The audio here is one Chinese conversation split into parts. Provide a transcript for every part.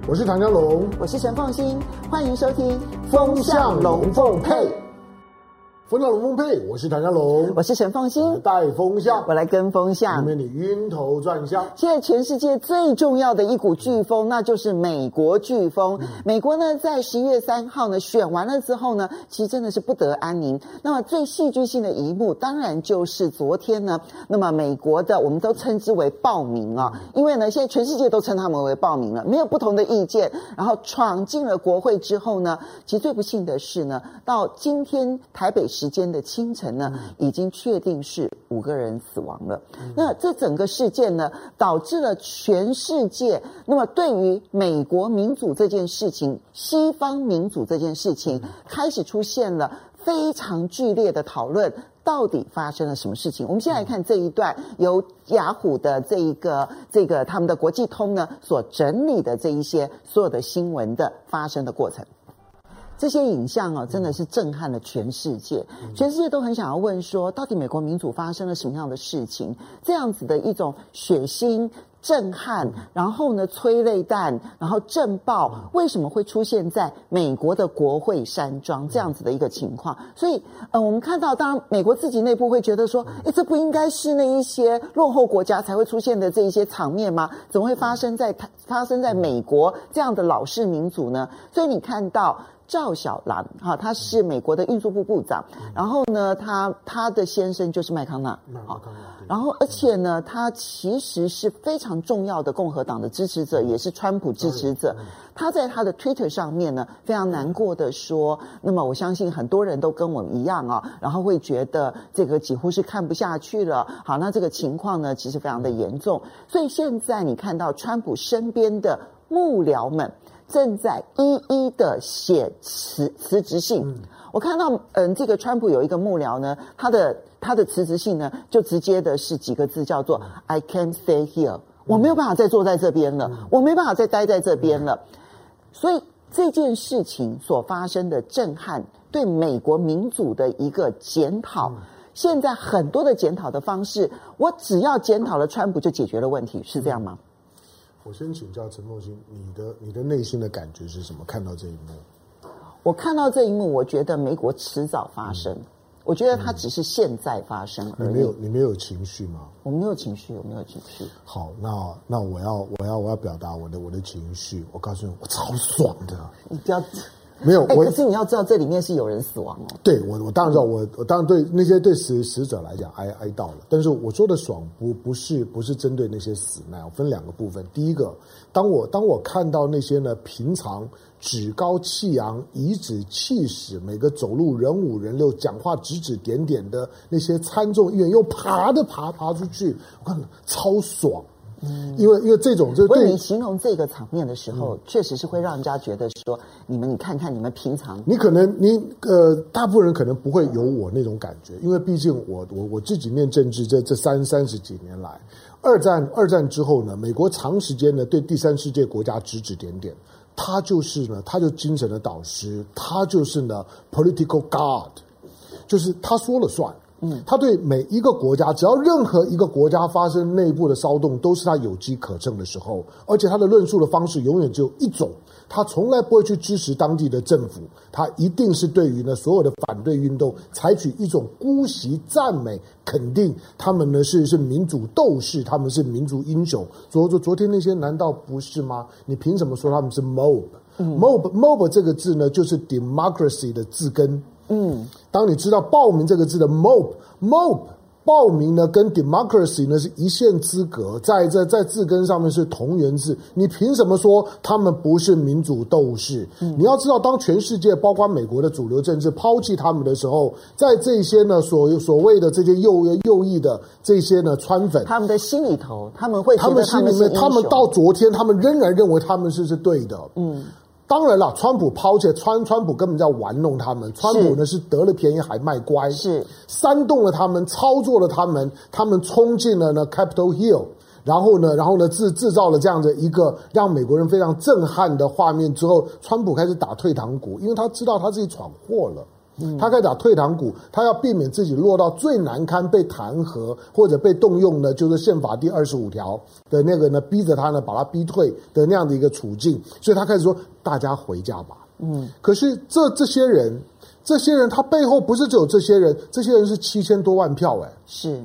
我是唐湘龙， 我是陈凤馨，欢迎收听风向龙凤配。风向龙凤配，我是唐湘龙， 我是陈凤馨， 带风向， 我来跟风向， 因为你晕头转向。 现在全世界最重要的一股飓风，那就是美国飓风。美国呢，在11月3号呢选完了之后呢，其实真的是不得安宁。那么最戏剧性的一幕，当然就是昨天呢，那么美国的我们都称之为暴民啊，因为呢，现在全世界都称他们为暴民了，没有不同的意见。然后闯进了国会之后呢，其实最不幸的是呢，到今天台北时间的清晨呢，已经确定是5个人死亡了。那这整个事件呢，导致了全世界，那么对于美国民主这件事情，西方民主这件事情，开始出现了非常剧烈的讨论。到底发生了什么事情？我们先来看这一段由雅虎的这个他们的国际通呢所整理的这一些所有的新闻的发生的过程。这些影像哦，真的是震撼了全世界，全世界都很想要问说，到底美国民主发生了什么样的事情？这样子的一种血腥、震撼，然后呢催泪弹，然后震爆，为什么会出现在美国的国会山庄这样子的一个情况？所以我们看到，当然美国自己内部会觉得说，这不应该是那一些落后国家才会出现的这一些场面吗？怎么会发生在美国这样的老式民主呢？所以你看到赵小兰他是美国的运输部部长，然后呢他的先生就是麦康纳，然后而且呢他其实是非常重要的共和党的支持者，也是川普支持者。他在他的 Twitter 上面呢非常难过的说，那么我相信很多人都跟我一样然后会觉得这个几乎是看不下去了。好，那这个情况呢其实非常的严重，所以现在你看到川普身边的幕僚们正在一一的写辞职信。我看到这个川普有一个幕僚呢，他的辞职信呢就直接的是几个字，叫做 I can't stay here， 我没有办法再坐在这边了，我没办法再待在这边了。所以这件事情所发生的震撼，对美国民主的一个检讨，现在很多的检讨的方式，我只要检讨了川普就解决了问题，是这样吗？ 我先请教陈凤馨，你的内心的感觉是什么？看到这一幕， 我看到这一幕，我觉得美国迟早发生，我觉得它只是现在发生而已。 你没有情绪吗？ 我没有情绪，我没有情绪。 好，那我要表达我的情绪。我告诉你，我超爽的。 你不要。 没有， 可是你要知道，这里面是有人死亡哦。 对，我当然知道，我当然对那些对死者来讲哀悼了。但是我说的爽不是针对那些死难，我分2个部分。第一个，当我看到那些呢平常趾高气扬、颐指气使，每个走路人五人六、讲话指指点点的那些参众议员，又爬出去，我看超爽。因为这种就对你形容这个场面的时候，确实是会让人家觉得说，你看看你们平常， 你可能大部分人可能不会有我那种感觉，因为毕竟我自己念政治这30几年来，二战之后呢，美国长时间呢对第三世界国家指指点点，他就精神的导师，他就是呢 political god， 就是他说了算。他对每一个国家，只要任何一个国家发生内部的骚动，都是他有机可乘的时候，而且他的论述的方式永远只有一种，他从来不会去支持当地的政府，他一定是对于呢所有的反对运动采取一种姑息、赞美、肯定，他们呢是民主斗士，他们是民族英雄。昨天那些难道不是吗？你凭什么说他们是 mob？mob 这个字呢，就是 democracy 的字根。当你知道暴民这个字的 mob 暴民呢跟 democracy 呢是一线之隔，在字根上面是同源字，你凭什么说他们不是民主斗士？你要知道，当全世界包括美国的主流政治抛弃他们的时候，在这些呢所谓的这些右翼的这些呢川粉， 他们的心里头，他们会觉得他们心里面，他们到昨天，他们仍然认为他们是对的。当然了，川普抛弃川普根本在玩弄他们，川普呢是得了便宜还卖乖，是煽动了他们，操作了他们冲进了呢 Capitol Hill， 然后呢制造了这样的一个让美国人非常震撼的画面之后，川普开始打退堂鼓，因为他知道他自己闯祸了。 他开始打退堂鼓，他要避免自己落到最难堪被弹劾或者被动用呢，就是宪法第25条的那个呢，逼着他呢把他逼退的那样的一个处境，所以他开始说大家回家吧。可是这些人他背后不是只有这些人，这些人是7000多万票是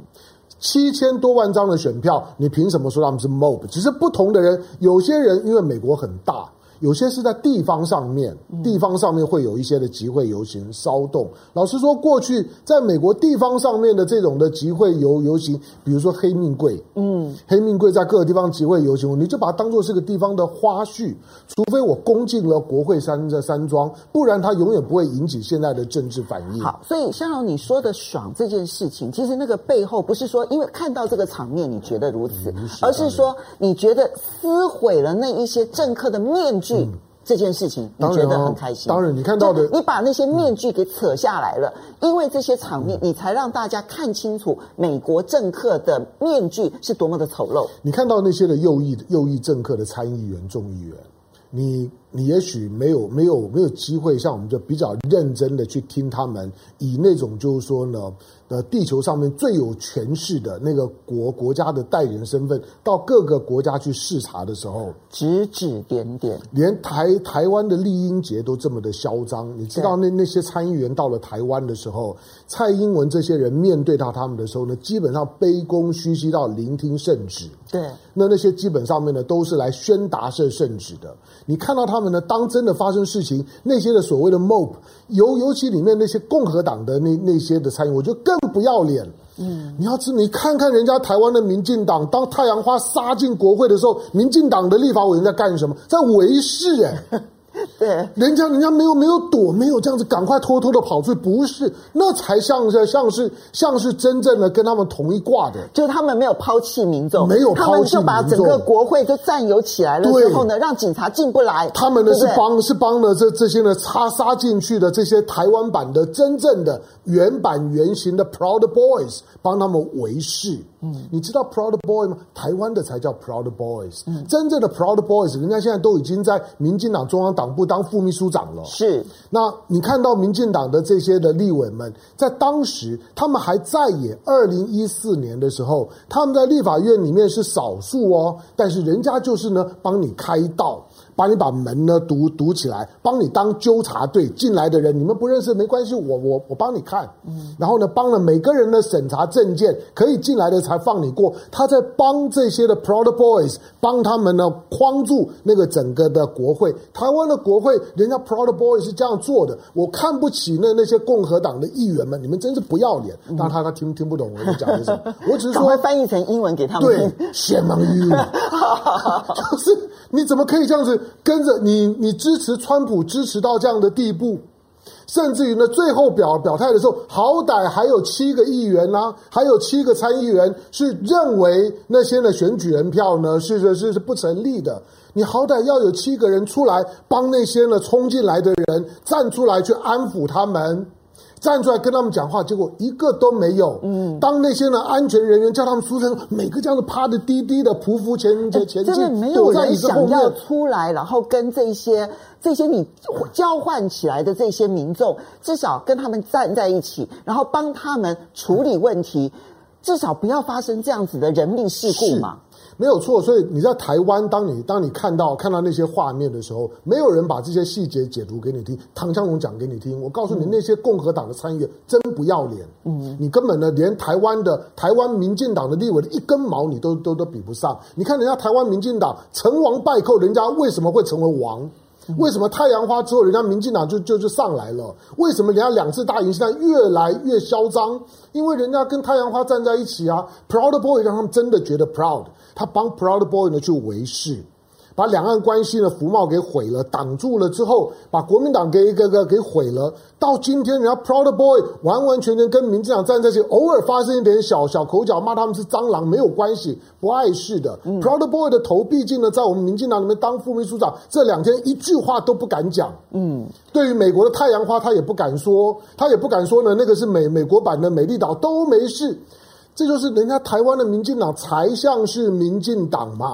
7000多万张的选票，你凭什么说他们是 mob？ 只是不同的人，有些人因为美国很大，有些是在地方上面会有一些的集会游行骚动。老实说，过去在美国地方上面的这种的集会游行，比如说黑命贵，黑命贵在各个地方集会游行，你就把它当作是个地方的花絮，除非我攻进了国会山庄，不然它永远不会引起现在的政治反应。 好，所以像你说的爽这件事情，其实那个背后不是说因为看到这个场面你觉得如此，而是说你觉得撕毁了那一些政客的面具。这件事情你觉得很开心？ 当然，你看到的， 你把那些面具给扯下来了，因为这些场面，你才让大家看清楚美国政客的面具是多么的丑陋。 你看到那些的右翼政客的参议员、众议员，你也许没有机会像我们就比较认真的去听他们以那种就是说呢，地球上面最有权势的那个国家的代理人身份到各个国家去视察的时候， 指指点点， 连台湾的丽英杰都这么的嚣张。你知道那些参议员到了台湾的时候，蔡英文这些人面对到他们的时候呢，基本上卑躬屈膝到聆听圣旨。 对， 那些基本上面呢都是来宣达圣旨的。你看到他们呢，当真的发生事情，那些的所谓的 mob， 尤其里面那些共和党的那些的参议，我觉得更不要脸。你看看人家台湾的民进党，当太阳花杀进国会的时候，民进党的立法委员在干什么？在围视对， 人家没有躲，没有这样子赶快偷偷的跑出去，不是，那才像是真正的跟他们同一挂的， 就是他们没有抛弃民众， 没有抛弃民众， 他们就把整个国会就占有起来了之后呢，让警察进不来。他们呢是帮了这些呢杀进去的这些台湾版的真正的原版原型的 Proud Boys， 帮他们维视。你知道 Proud Boy 吗？台湾的才叫 Proud Boys，真正的 Proud Boys， 人家现在都已经在民进党中央党部当副秘书长了。 是， 那你看到民进党的这些的立委们，在当时他们还在野，2014年的时候，他们在立法院里面是少数哦，但是人家就是呢帮你开道。帮你把门呢堵起来，帮你当纠察队进来的人，你们不认识没关系，我帮你看。然后呢，帮了每个人的审查证件，可以进来的才放你过。他在帮这些的 Proud Boys， 帮他们呢框住那个整个的国会。台湾的国会，人家 Proud Boys 是这样做的。我看不起那些共和党的议员们，你们真是不要脸。当然他听不懂我在讲的什么，我只是说赶快翻译成英文给他们听。 对 ，Shame on you， 就是你怎么可以这样子？跟着你支持川普支持到这样的地步，甚至于呢，最后表态的时候，好歹还有7个议员啊，还有7个参议员是认为那些的选举人票呢是不成立的。你好歹要有7个人出来帮那些呢冲进来的人站出来去安抚他们。站出来跟他们讲话，结果一个都没有。当那些呢安全人员叫他们出声，每个这样子趴的低低的匍匐前进， 真的没有人想要出来，然后跟这些你交换起来的这些民众，至少跟他们站在一起，然后帮他们处理问题，至少不要发生这样子的人命事故嘛。 没有错，所以你在台湾，当你看到那些画面的时候，没有人把这些细节解读给你听，唐湘龙讲给你听。我告诉你，那些共和党的参议员真不要脸，你根本呢连台湾民进党的立委的一根毛你都比不上。你看人家台湾民进党成王败寇，人家为什么会成为王？为什么太阳花之后人家民进党就上来了？为什么人家2次大赢现在越来越嚣张？因为人家跟太阳花站在一起啊。 Proud Boy 让他们真的觉得 proud， 他帮 Proud Boy 呢去维视，把两岸关系的服贸给毁了，挡住了之后，把国民党给毁了。到今天，人家 Proud Boy 完完全全跟民进党站在一起，偶尔发生一点小口角，骂他们是蟑螂没有关系，不碍事的。Proud Boy 的头毕竟呢，在我们民进党里面当副秘书长，这2天一句话都不敢讲。对于美国的太阳花，他也不敢说，呢，那个是美国版的美丽岛都没事。这就是人家台湾的民进党才像是民进党嘛。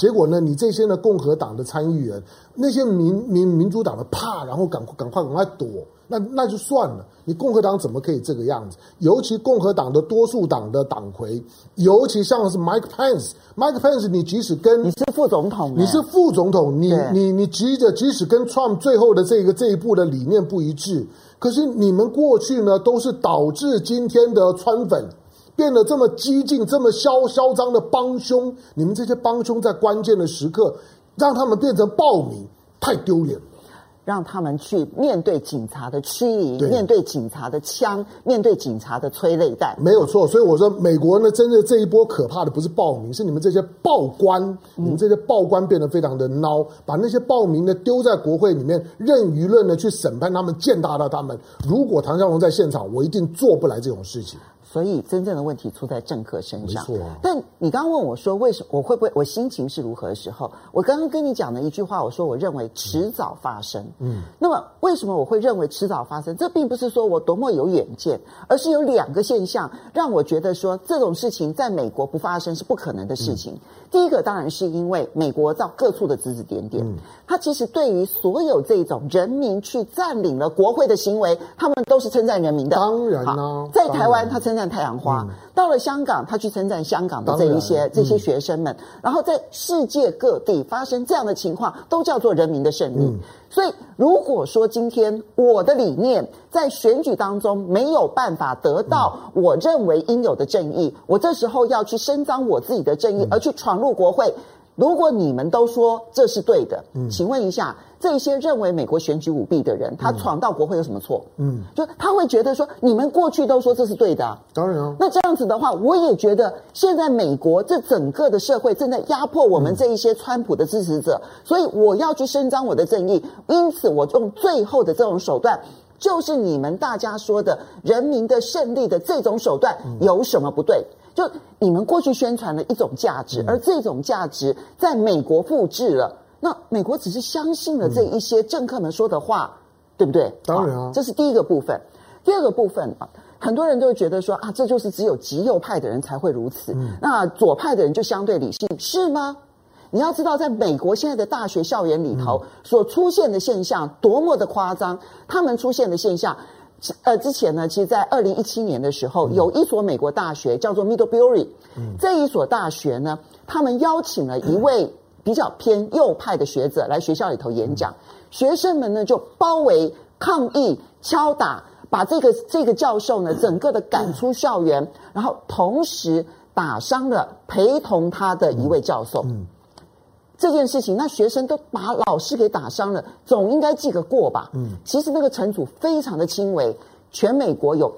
结果呢，你这些呢共和党的参议员，那些民主党的怕，然后赶快躲，那就算了。你共和党怎么可以这个样子？尤其共和党的多数党的党魁，尤其像是 Mike Pence， 你即使跟你是副总统， 你是副总统，你即使跟 Trump 最后的这一步的理念不一致，可是你们过去呢都是导致今天的川粉变得这么激进、这么嚣张的帮凶，你们这些帮凶在关键的时刻让他们变成暴民，太丢脸了。 让他们去面对警察的驱离，面对警察的枪，面对警察的催泪弹， 没有错。所以我说，美国呢，真的这一波可怕的不是暴民，是你们这些暴官，你们这些暴官变得非常的孬，把那些暴民呢丢在国会里面，任舆论呢去审判他们，践踏到他们。如果唐湘龙在现场，我一定做不来这种事情。 所以真正的问题出在政客身上。 没错啊。 但你刚刚问我说，为什么我会不会我心情是如何的时候，我刚刚跟你讲的一句话，我说我认为迟早发生。那么为什么我会认为迟早发生？这并不是说我多么有远见，而是有两个现象让我觉得说这种事情在美国不发生是不可能的事情。第一个当然是因为美国到各处的指指点点，他其实对于所有这种人民去占领了国会的行为，他们都是称赞人民的。 当然啦， 在台湾他称赞太阳花，到了香港他去称赞香港的这些学生们，然后在世界各地发生这样的情况，都叫做人民的胜利。所以如果说今天我的理念在选举当中没有办法得到我认为应有的正义，我这时候要去伸张我自己的正义，而去闯入国会，如果你们都说这是对的，请问一下，这些认为美国选举舞弊的人，他闯到国会有什么错？就他会觉得说，你们过去都说这是对的啊。 当然啊。 那这样子的话，我也觉得现在美国这整个的社会正在压迫我们这一些川普的支持者，所以我要去伸张我的正义，因此我用最后的这种手段，就是你们大家说的人民的胜利的这种手段，有什么不对？就你们过去宣传的一种价值，而这种价值在美国复制了，那美国只是相信了这一些政客们说的话，对不对？ 当然啊， 这是第一个部分。第二个部分啊，很多人都会觉得说啊，这就是只有极右派的人才会如此，那左派的人就相对理性，是吗？你要知道，在美国现在的大学校园里头所出现的现象多么的夸张，他们出现的现象。之前呢，其实在2017年的时候，有一所美国大学叫做 Middlebury，这一所大学呢，他们邀请了一位比较偏右派的学者来学校里头演讲，学生们呢就包围、抗议、敲打，把这个教授呢整个的赶出校园，然后同时打伤了陪同他的一位教授。这件事情，那学生都把老师给打伤了，总应该记个过吧？其实那个惩处非常的轻微，全美国有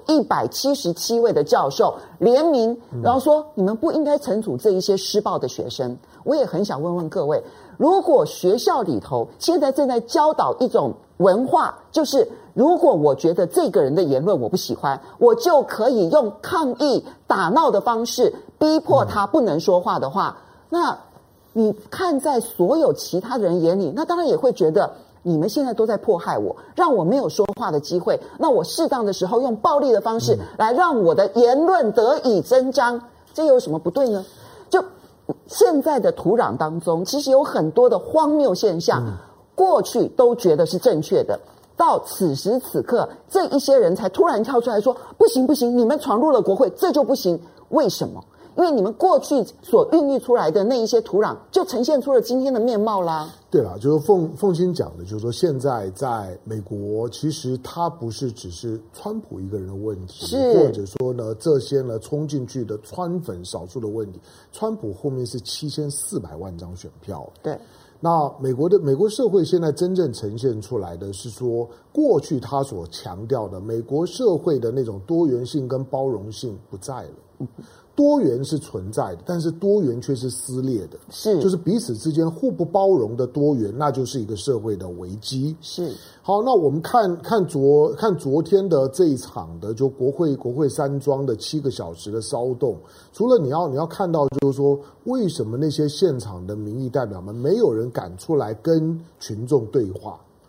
177位的教授联名，然后说你们不应该惩处这一些施暴的学生。我也很想问问各位，如果学校里头现在正在教导一种文化，就是如果我觉得这个人的言论我不喜欢，我就可以用抗议、打闹的方式逼迫他不能说话的话，那你看在所有其他人眼里，那当然也会觉得你们现在都在迫害我，让我没有说话的机会，那我适当的时候用暴力的方式来让我的言论得以伸张，这有什么不对呢？就现在的土壤当中，其实有很多的荒谬现象，过去都觉得是正确的，到此时此刻，这一些人才突然跳出来说不行不行，你们闯入了国会，这就不行。为什么？因为你们过去所孕育出来的那一些土壤，就呈现出了今天的面貌啦。 对了，就是凤清讲的，就是说现在在美国，其实它不是只是川普一个人的问题，或者说呢这些呢冲进去的川粉少数的问题。川普后面是7400万张选票， 对。 那美国社会现在真正呈现出来的是说，过去他所强调的美国社会的那种多元性跟包容性不在了。多元是存在的，但是多元却是撕裂的，就是彼此之间互不包容的多元，那就是一个社会的危机。 是。 好，那我们看昨天的这一场的就国会山庄的7个小时的骚动，除了你要看到就是说，为什么那些现场的民意代表们没有人敢出来跟群众对话？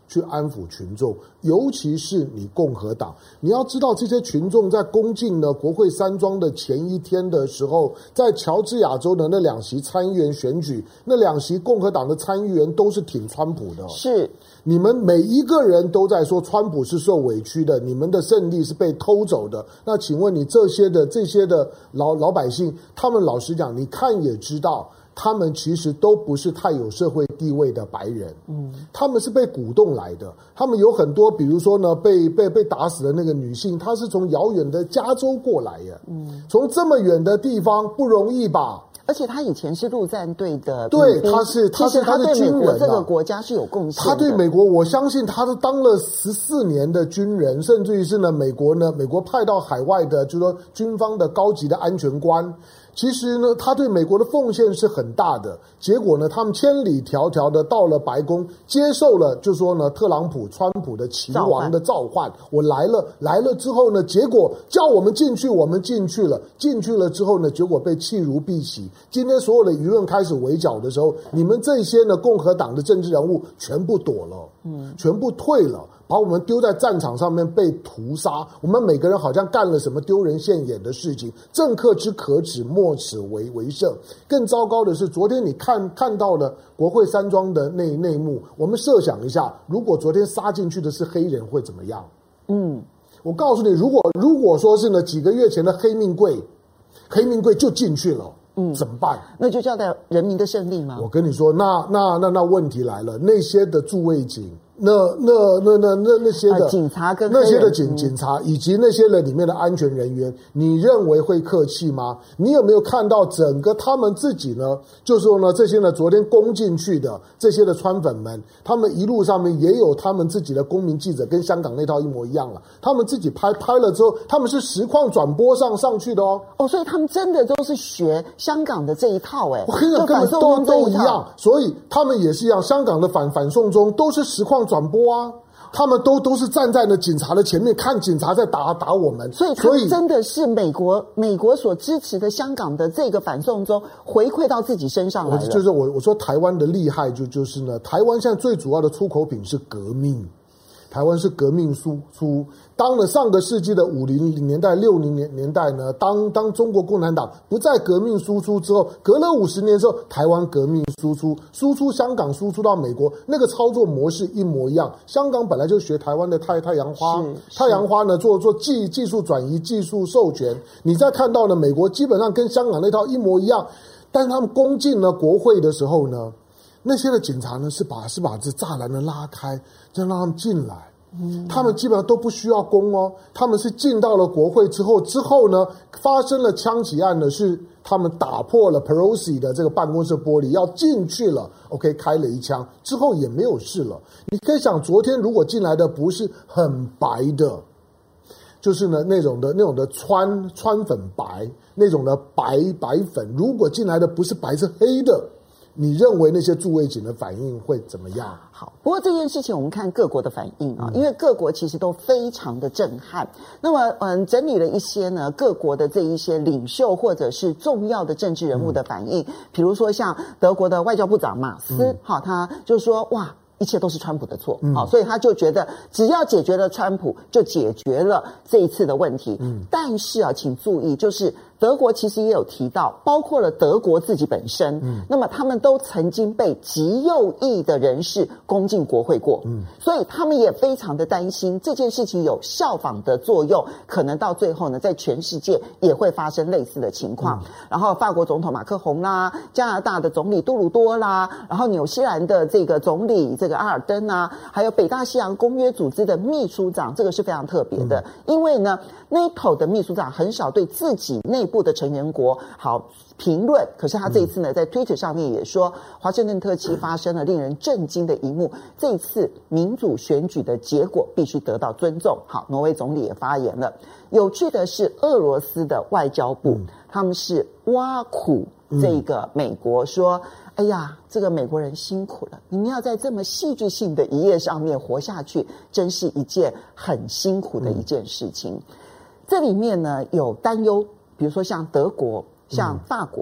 去安抚群众，尤其是你共和党。你要知道，这些群众在攻进了国会山庄的前一天的时候，在乔治亚州的那2席参议员选举，那2席共和党的参议员都是挺川普的。 是， 你们每一个人都在说川普是受委屈的，你们的胜利是被偷走的。那请问你这些的老百姓，他们老实讲，你看也知道，他们其实都不是太有社会地位的白人，他们是被鼓动来的。他们有很多，比如说呢，被打死的那个女性，她是从遥远的加州过来呀，从这么远的地方不容易吧？ 而且他以前是陆战队的， 对，他是对美国这个国家是有贡献的。 他对美国，我相信他是当了14年的军人，甚至于是美国派到海外的，就是说军方的高级的安全官。其实呢，他对美国的奉献是很大的。结果呢，他们千里迢迢的到了白宫，接受了就说呢，川普的秦王的召唤。我来了之后呢，结果叫我们进去，我们进去了之后呢，结果被弃如敝屣。今天所有的舆论开始围剿的时候，你们这些呢共和党的政治人物全部躲了，全部退了。把我们丢在战场上面被屠杀，我们每个人好像干了什么丢人现眼的事情，政客之可耻，莫此为甚。更糟糕的是，昨天你看到了国会山庄的内幕，我们设想一下，如果昨天杀进去的是黑人会怎么样？我告诉你，如果说是呢几个月前的黑命贵就进去了，怎么办？ 那就叫做人民的胜利吗？ 我跟你说，那问题来了，那些的驻卫警。那些的警察跟那些的警察以及那些的里面的安全人员，你认为会客气吗？你有没有看到整个他们自己呢？就是说呢，这些呢昨天攻进去的这些的川粉们，他们一路上面也有他们自己的公民记者，跟香港那套一模一样了。他们自己拍了之后，他们是实况转播上去的哦。 所以他们真的都是学香港的这一套我跟你讲，根本都一样。所以他们也是一样，香港的反送中都是实况转播啊，他们都是站在了警察的前面，看警察在打我们。 所以他们真的是美国所支持的香港的这个反送中回馈到自己身上来了。 就是我说台湾的厉害就是呢，台湾现在最主要的出口品是革命。台湾是革命输出，当了上个世纪的50年代、60年代呢，当中国共产党不再革命输出之后，隔了50年之后，台湾革命输出香港，输出到美国，那个操作模式一模一样。香港本来就学台湾的太阳花，太阳花呢做技术转移、技术授权。你再看到呢，美国基本上跟香港那套一模一样，但是他们攻进了国会的时候呢，那些的警察呢是把这栅栏呢拉开，再让他们进来。他们基本上都不需要攻哦，他们是进到了国会之后呢，发生了枪击案呢，是他们打破了 Pelosi 的这个办公室玻璃，要进去了 ，OK， 开了一枪之后也没有事了。你可以想，昨天如果进来的不是很白的，就是呢那种的川粉白，那种的白粉，如果进来的不是白是黑的。你认为那些驻卫警的反应会怎么样？ 好，不过这件事情我们看各国的反应啊，因为各国其实都非常的震撼。那么整理了一些呢各国的这一些领袖或者是重要的政治人物的反应，比如说像德国的外交部长马斯，他就说哇，一切都是川普的错，所以他就觉得只要解决了川普，就解决了这一次的问题。但是请注意，就是德国其实也有提到，包括了德国自己本身，那么他们都曾经被极右翼的人士攻进国会过，所以他们也非常的担心这件事情有效仿的作用，可能到最后呢，在全世界也会发生类似的情况。然后法国总统马克宏啦，加拿大的总理杜鲁多啦，然后纽西兰的这个总理这个阿尔登啊，还有北大西洋公约组织的秘书长，这个是非常特别的，因为呢 NATO 的秘书长很少对自己内部的成员国好评论，可是他这一次呢，在 Twitter 上面也说，华盛顿特区发生了令人震惊的一幕，这一次民主选举的结果必须得到尊重。好，挪威总理也发言了。有趣的是，俄罗斯的外交部他们是挖苦这个美国说，哎呀，这个美国人辛苦了，你们要在这么戏剧性的一页上面活下去，真是一件很辛苦的一件事情。这里面呢有担忧，比如说像德国、像法国，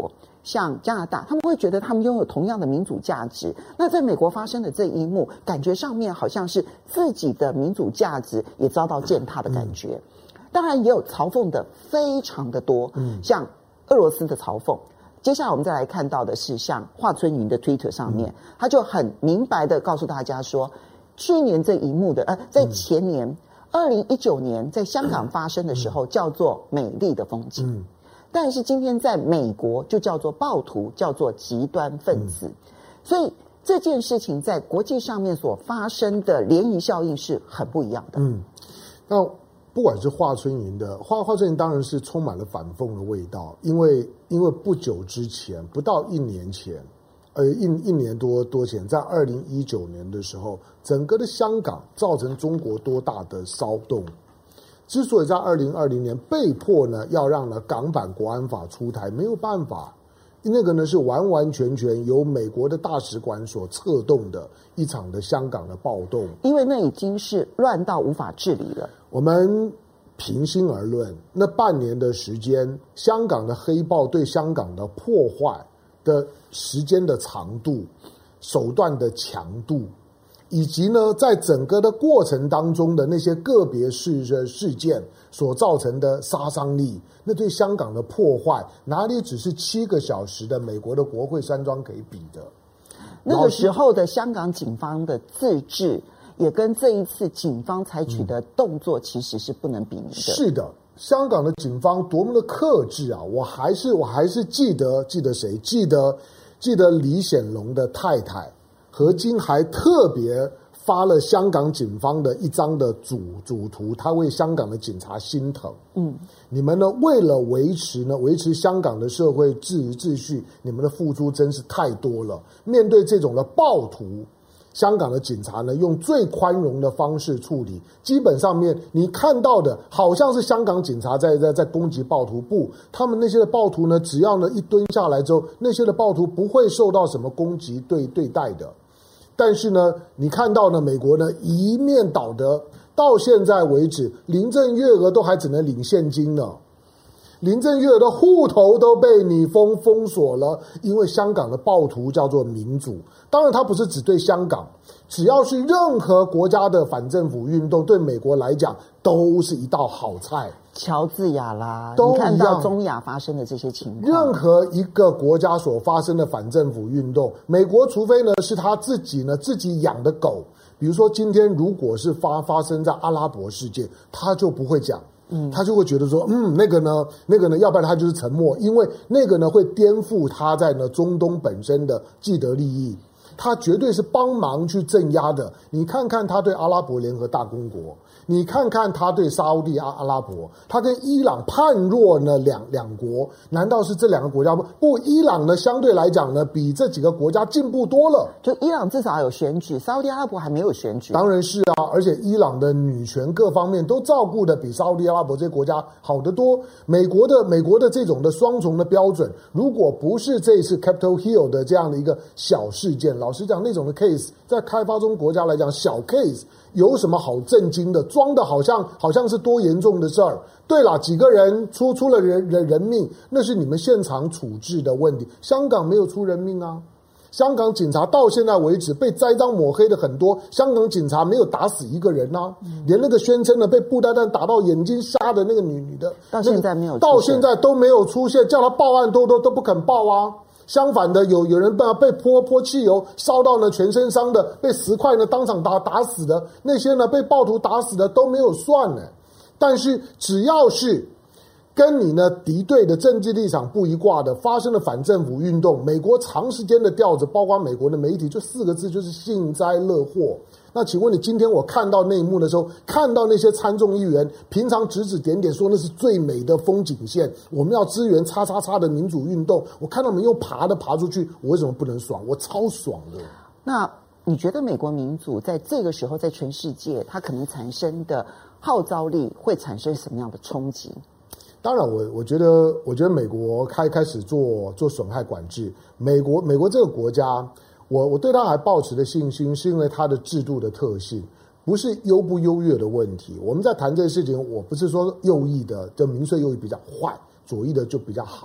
像加拿大，他们会觉得他们拥有同样的民主价值。那在美国发生的这一幕，感觉上面好像是自己的民主价值也遭到践踏的感觉。当然也有嘲讽的非常的多，像俄罗斯的嘲讽。接下来我们再来看到的是像华春莹的 Twitter 上面，他就很明白的告诉大家说，去年这一幕的在前年2019年在香港发生的时候叫做美丽的风景，但是今天在美国就叫做暴徒，叫做极端分子，所以这件事情在国际上面所发生的涟漪效应是很不一样的。 那不管是华春莹的华春莹，当然是充满了反讽的味道，因为不久之前，不到1年前，一年多前，在2019年的时候，整个的香港造成中国多大的骚动。之所以在2020年被迫呢要让呢港版国安法出台，没有办法，那个呢是完完全全由美国的大使馆所策动的一场的香港的暴动， 因为那已经是乱到无法治理了。 我们平心而论，那半年的时间，香港的黑暴对香港的破坏的时间的长度、手段的强度，以及呢在整个的过程当中的那些个别事件所造成的杀伤力，那对香港的破坏哪里只是7个小时的美国的国会山庄可以比的？ 那个时候的香港警方的自治也跟这一次警方采取的动作其实是不能比拟的。 是的，香港的警方多么的克制啊！我还是记得谁？记得李显龙的太太何晶还特别发了香港警方的一张的主图，他为香港的警察心疼。你们呢为了维持香港的社会秩序，你们的付出真是太多了。面对这种的暴徒，香港的警察呢，用最宽容的方式处理，基本上面你看到的好像是香港警察在攻击暴徒，不，他们那些的暴徒呢，只要呢一蹲下来之后，那些的暴徒不会受到什么攻击对待的。但是呢，你看到呢，美国呢一面倒的，到现在为止，林郑月娥都还只能领现金呢。林郑月娥的户头都被你封锁了，因为香港的暴徒叫做民主。当然，它不是只对香港，只要是任何国家的反政府运动，对美国来讲都是一道好菜。 乔治亚啦， 都你看到中亚发生的这些情况， 任何一个国家所发生的反政府运动，美国除非呢是他自己养的狗，比如说今天如果是发生在阿拉伯世界，他就不会讲。他就会觉得说，那个呢，要不然他就是沉默，因为那个呢会颠覆他在中东本身的既得利益，他绝对是帮忙去镇压的。你看看他对阿拉伯联合大公国，你看看他对沙烏地阿拉伯，他跟伊朗判若呢两国，难道是这两个国家不？伊朗呢相对来讲呢比这几个国家进步多了。 就伊朗至少有选举，沙烏地阿拉伯还没有选举。 当然是啊，而且伊朗的女权各方面都照顾的比沙烏地阿拉伯这些国家好得多。美国的这种的双重的标准，如果不是这一次 Capitol Hill 的这样的一个小事件，老实讲，那种的 case 在开发中国家来讲小 case。有什么好震惊的？装的好像是多严重的事儿。对了，几个人出了人命，那是你们现场处置的问题。香港没有出人命啊，香港警察到现在为止被栽赃抹黑的很多，香港警察没有打死一个人啊，连那个宣称的被布袋弹打到眼睛瞎的那个女的， 到现在没有， 到现在都没有出现，叫他报案都不肯报啊。相反的，有人被泼汽油烧到呢全身伤的，被10块呢当场打死的，那些呢被暴徒打死的都没有算呢。但是只要是跟你呢敌对的政治立场不一挂的，发生了反政府运动，美国长时间的调子，包括美国的媒体，就4个字，就是幸灾乐祸。那请问你，今天我看到那一幕的时候，看到那些参众议员平常指点说那是最美的风景线，我们要支援叉的民主运动，我看到他们又爬出去，我为什么不能爽？我超爽的。 那你觉得美国民主在这个时候在全世界它可能产生的号召力会产生什么样的冲击？ 当然我觉得美国开始做损害管制，美国这个国家，我对他还抱持的信心，是因为它的制度的特性，不是优不优越的问题。我们在谈这个事情，我不是说右翼的，就民粹右翼比较坏，左翼的就比较好。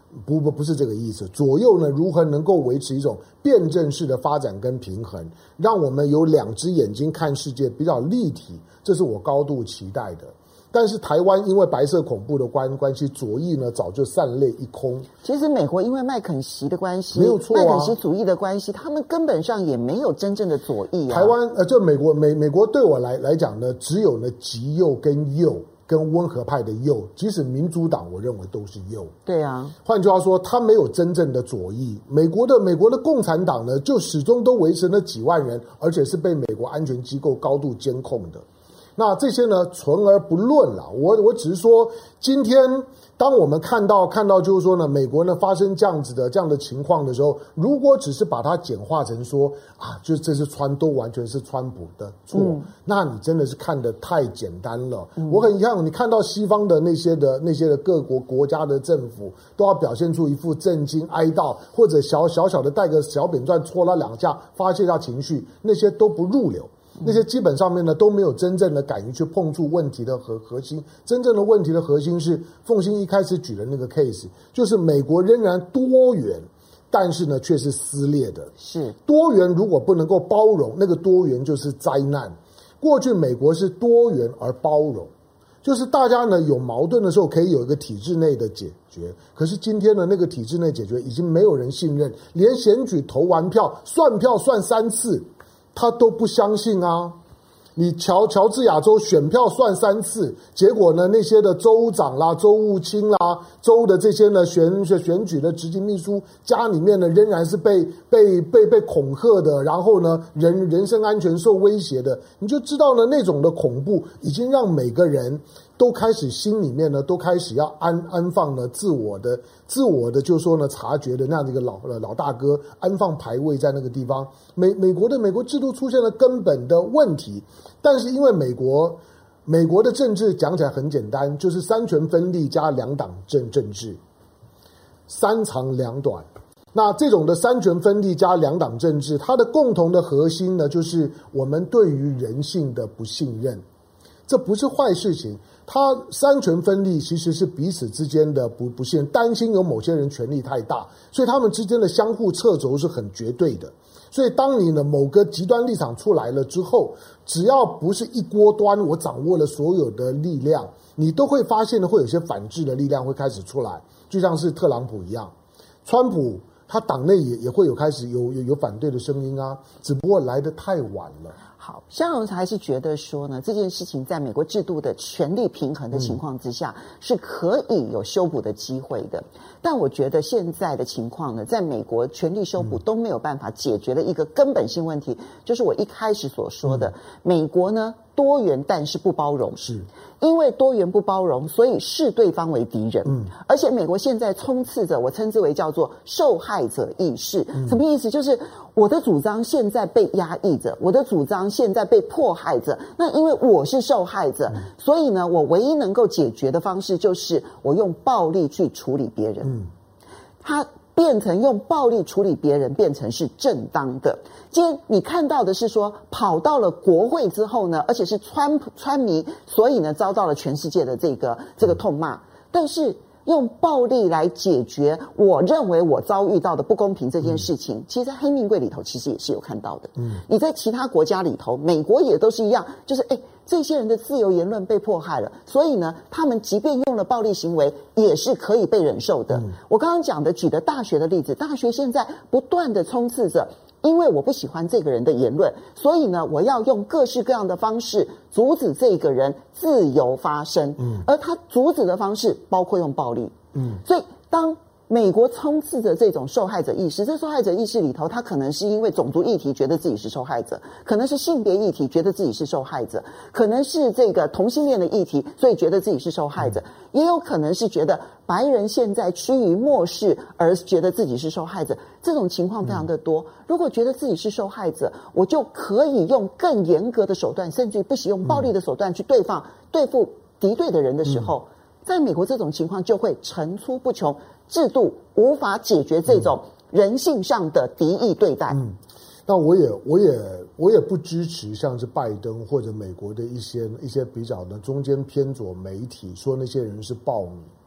不是这个意思。左右呢，如何能够维持一种辩证式的发展跟平衡，让我们有两只眼睛看世界比较立体，这是我高度期待的。但是台湾因为白色恐怖的关系，左翼呢早就散泪一空。 其实美国因为麦肯锡的关系， 没有错啊， 麦肯锡主义的关系，他们根本上也没有真正的左翼啊。 台湾就美国对我来讲呢，只有呢极右跟右跟温和派的右，即使民主党我认为都是右。 对啊， 换句话说，他没有真正的左翼。美国的共产党呢，就始终都维持了几万人，而且是被美国安全机构高度监控的。那这些呢，存而不论了。我只是说，今天当我们看到就是说呢，美国呢发生这样的情况的时候，如果只是把它简化成说啊，就这是都完全是川普的错，那你真的是看得太简单了。我很遗憾，你看到西方的那些的各国家的政府都要表现出一副震惊哀悼，或者小的带个小扁钻戳他两下发泄一下情绪，那些都不入流。那些基本上面呢都没有真正的敢于去碰触问题的核心。真正的问题的核心是凤馨一开始举的那个 case， 就是美国仍然多元，但是呢却是撕裂的。 是多元如果不能够包容，那个多元就是灾难。过去美国是多元而包容，就是大家呢有矛盾的时候可以有一个体制内的解决。可是今天呢，那个体制内解决已经没有人信任，连选举投完票算3次。他都不相信啊！你乔治亚州选票算3次，结果呢，那些的州长啦、州务卿啦、州的这些呢选举的执行秘书家里面呢，仍然是被恐吓的，然后呢，人身安全受威胁的，你就知道呢，那种的恐怖已经让每个人都开始心里面呢，都开始要安放了自我的，就是说呢，察觉的那样的一个老大哥，安放牌位在那个地方。美国制度出现了根本的问题，但是因为美国的政治讲起来很简单，就是三权分立加两党政治，三长两短。那这种的三权分立加两党政治，它的共同的核心呢，就是我们对于人性的不信任。这不是坏事情，它三权分立其实是彼此之间的不信任，担心有某些人权力太大，所以他们之间的相互掣肘是很绝对的。所以当你呢某个极端立场出来了之后，只要不是一锅端，我掌握了所有的力量，你都会发现呢会有些反制的力量会开始出来，就像是特朗普一样，川普他党内也会开始有反对的声音啊，只不过来得太晚了。 好，香蓉还是觉得说呢，这件事情在美国制度的权力平衡的情况之下，是可以有修补的机会的。但我觉得现在的情况呢，在美国权力修补都没有办法解决的一个根本性问题，就是我一开始所说的，美国呢多元但是不包容，是因为多元不包容，所以视对方为敌人。而且美国现在充斥着我称之为叫做受害者意识。什么意思？就是我的主张现在被压抑着，我的主张现在被迫害着。那因为我是受害者，所以呢，我唯一能够解决的方式就是我用暴力去处理别人。他变成用暴力处理别人，变成是正当的。今天你看到的是说，跑到了国会之后呢，而且是川迷，所以呢遭到了全世界的这个痛骂。但是用暴力来解决我认为我遭遇到的不公平这件事情，其实在黑名贵里头其实也是有看到的。你在其他国家里头，美国也都是一样，就是这些人的自由言论被迫害了，所以呢，他们即便用了暴力行为，也是可以被忍受的。我刚刚讲的举的大学的例子，大学现在不断的冲刺着，因为我不喜欢这个人的言论，所以呢，我要用各式各样的方式阻止这个人自由发声。而他阻止的方式包括用暴力。所以当美国充斥着这种受害者意识，这受害者意识里头，他可能是因为种族议题觉得自己是受害者，可能是性别议题觉得自己是受害者，可能是这个同性恋的议题，所以觉得自己是受害者，也有可能是觉得白人现在趋于漠视而觉得自己是受害者。这种情况非常的多。如果觉得自己是受害者，我就可以用更严格的手段，甚至于不使用暴力的手段去对付敌对的人的时候，在美国这种情况就会层出不穷，制度无法解决这种人性上的敌意对待。 那我也不支持像是拜登或者美国的一些比较的中间偏左媒体说那些人是暴民。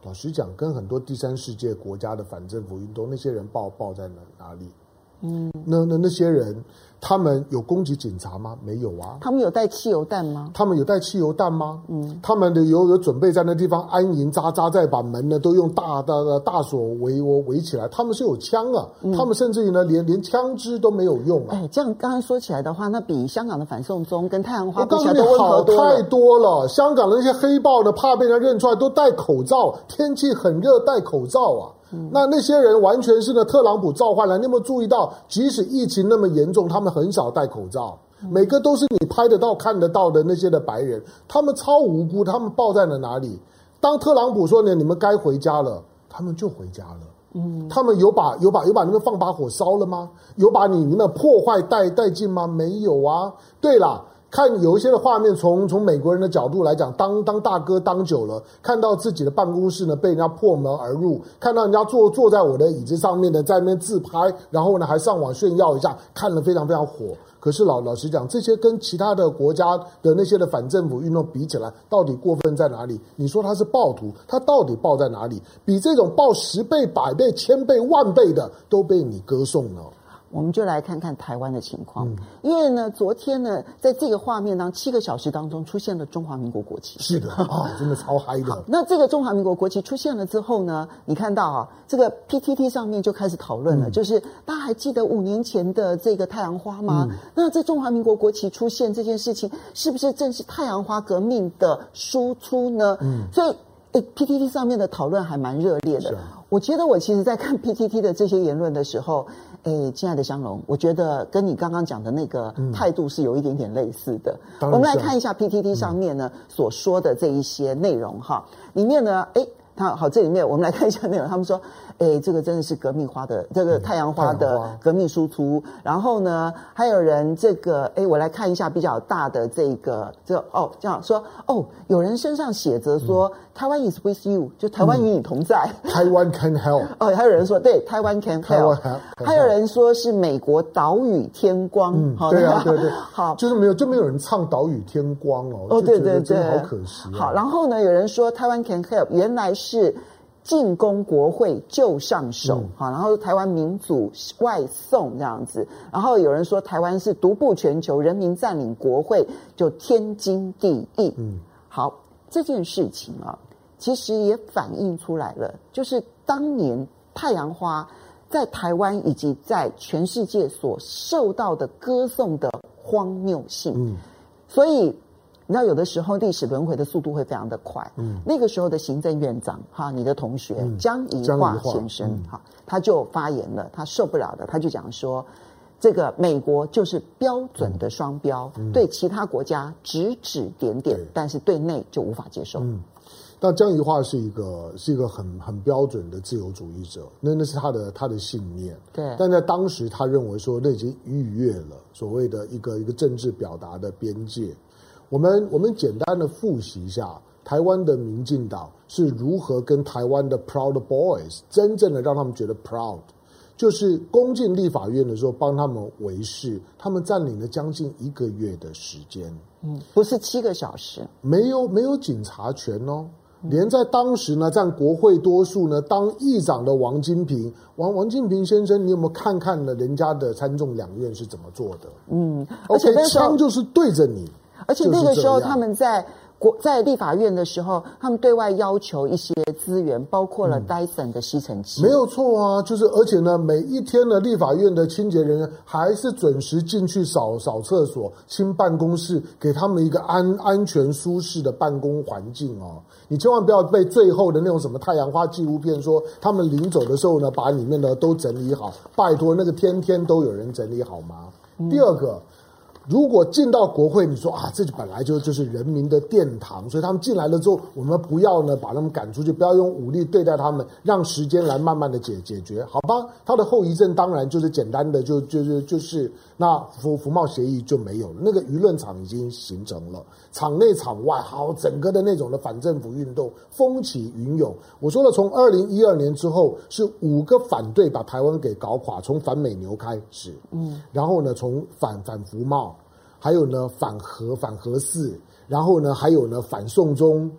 老实讲，跟很多第三世界国家的反政府运动，那些人抱在哪里？那些人，他们有攻击警察吗？没有啊。 他们有带汽油弹吗？ 他们有带汽油弹吗？他们有准备在那地方安营扎在把门呢都用大锁围起来。他们是有枪啊，他们甚至于呢连枪支都没有用啊。 这样刚刚说起来的话，那比香港的反送中跟太阳花比起来都温和太多了。香港的那些黑豹呢，怕被人认出来，都戴口罩，天气很热戴口罩啊。那些人完全是呢特朗普召唤来，你有没有注意到，即使疫情那么严重，他们很少戴口罩，每个都是你拍得到看得到的那些的白人，他们超无辜，他们抱在了哪里？当特朗普说呢，你们该回家了，他们就回家了。他们有把你们放把火烧了吗？有把你们的破坏殆尽吗？没有啊。对了，看有一些的画面，从美国人的角度来讲，当大哥当久了，看到自己的办公室呢被人家破门而入，看到人家坐在我的椅子上面的在那边自拍，然后呢还上网炫耀一下，看了非常非常火。可是老实讲，这些跟其他的国家的那些的反政府运动比起来，到底过分在哪里？你说他是暴徒，他到底暴在哪里？比这种暴10倍、100倍、1000倍、10000倍的都被你歌颂了。 我们就来看看台湾的情况，因为呢，昨天呢，在这个画面当7个小时当中出现了中华民国国旗， 是的真的超嗨的。 那这个中华民国国旗出现了之后呢，你看到这个 PTT 上面就开始讨论了，就是大家还记得5年前的这个太阳花吗？那这中华民国国旗出现这件事情，是不是正是太阳花革命的输出呢？所以PTT 上面的讨论还蛮热烈的。我觉得我其实在看 PTT 的这些言论的时候，亲爱的香龙，我觉得跟你刚刚讲的那个态度是有一点点类似的。我们来看一下 PTT 上面呢所说的这一些内容哈，里面呢，好，这里面我们来看一下内容。他们说，这个真的是革命花的这个太阳花的革命输出。然后呢，还有人这个，我来看一下比较大的这样说，有人身上写着说，台湾 is with you， 就台湾与你同在。 台湾 can help。 还有人说，对，台湾 can help。还有人说是美国岛屿天光。 对，好，就是没有人唱岛屿天光哦。 对， 真的好可惜。 好，然后呢，有人说台湾 can help， 原来是进攻国会就上手，然后台湾民主外送这样子，然后有人说台湾是独步全球，人民占领国会就天经地义。好，这件事情其实也反映出来了，就是当年太阳花在台湾以及在全世界所受到的歌颂的荒谬性。所以你知道，有的时候历史轮回的速度会非常的快。那个时候的行政院长你的同学江宜樺先生他就发言了，他受不了的，他就讲说，这个美国就是标准的双标，对其他国家指指点点，但是对内就无法接受。 那江宜樺是一个很标准的自由主义者，那是他的信念。 对， 但在当时他认为说，那已经逾越了所谓的一个政治表达的边界。我们简单的复习一下台湾的民进党是如何跟台湾的 Proud Boys 真正的让他们觉得 proud， 就是攻进立法院的时候帮他们维视，他们占领了将近1个月的时间。 不是7个小时， 没有警察权哦。连在当时呢，占国会多数呢，当议长的王金平先生，你有没有看呢？人家的参众两院是怎么做的？ 而且枪就是对着你。 而且那个时候他们在立法院的时候，他们对外要求一些资源，包括了 Dyson 的吸尘器。 没有错啊，就是而且呢，每一天的立法院的清洁人员还是准时进去扫厕所、清办公室，给他们一个安全舒适的办公环境哦。你千万不要被最后的那种什么太阳花纪录片说他们临走的时候呢，把里面的都整理好，拜托，那个天天都有人整理好吗？第二个。如果进到国会，你说这本来就是人民的殿堂，所以他们进来了之后，我们不要呢把他们赶出去，不要用武力对待他们，让时间来慢慢的解决，好吧？他的后遗症当然就是简单的就是那服贸协议就没有了，那个舆论场已经形成了，场内场外好，整个的那种的反政府运动风起云涌。我说了，从2012年之后是5个反对把台湾给搞垮，从反美牛开始，然后呢从反服贸。还有呢，反核四，然后呢，还有呢，反送中，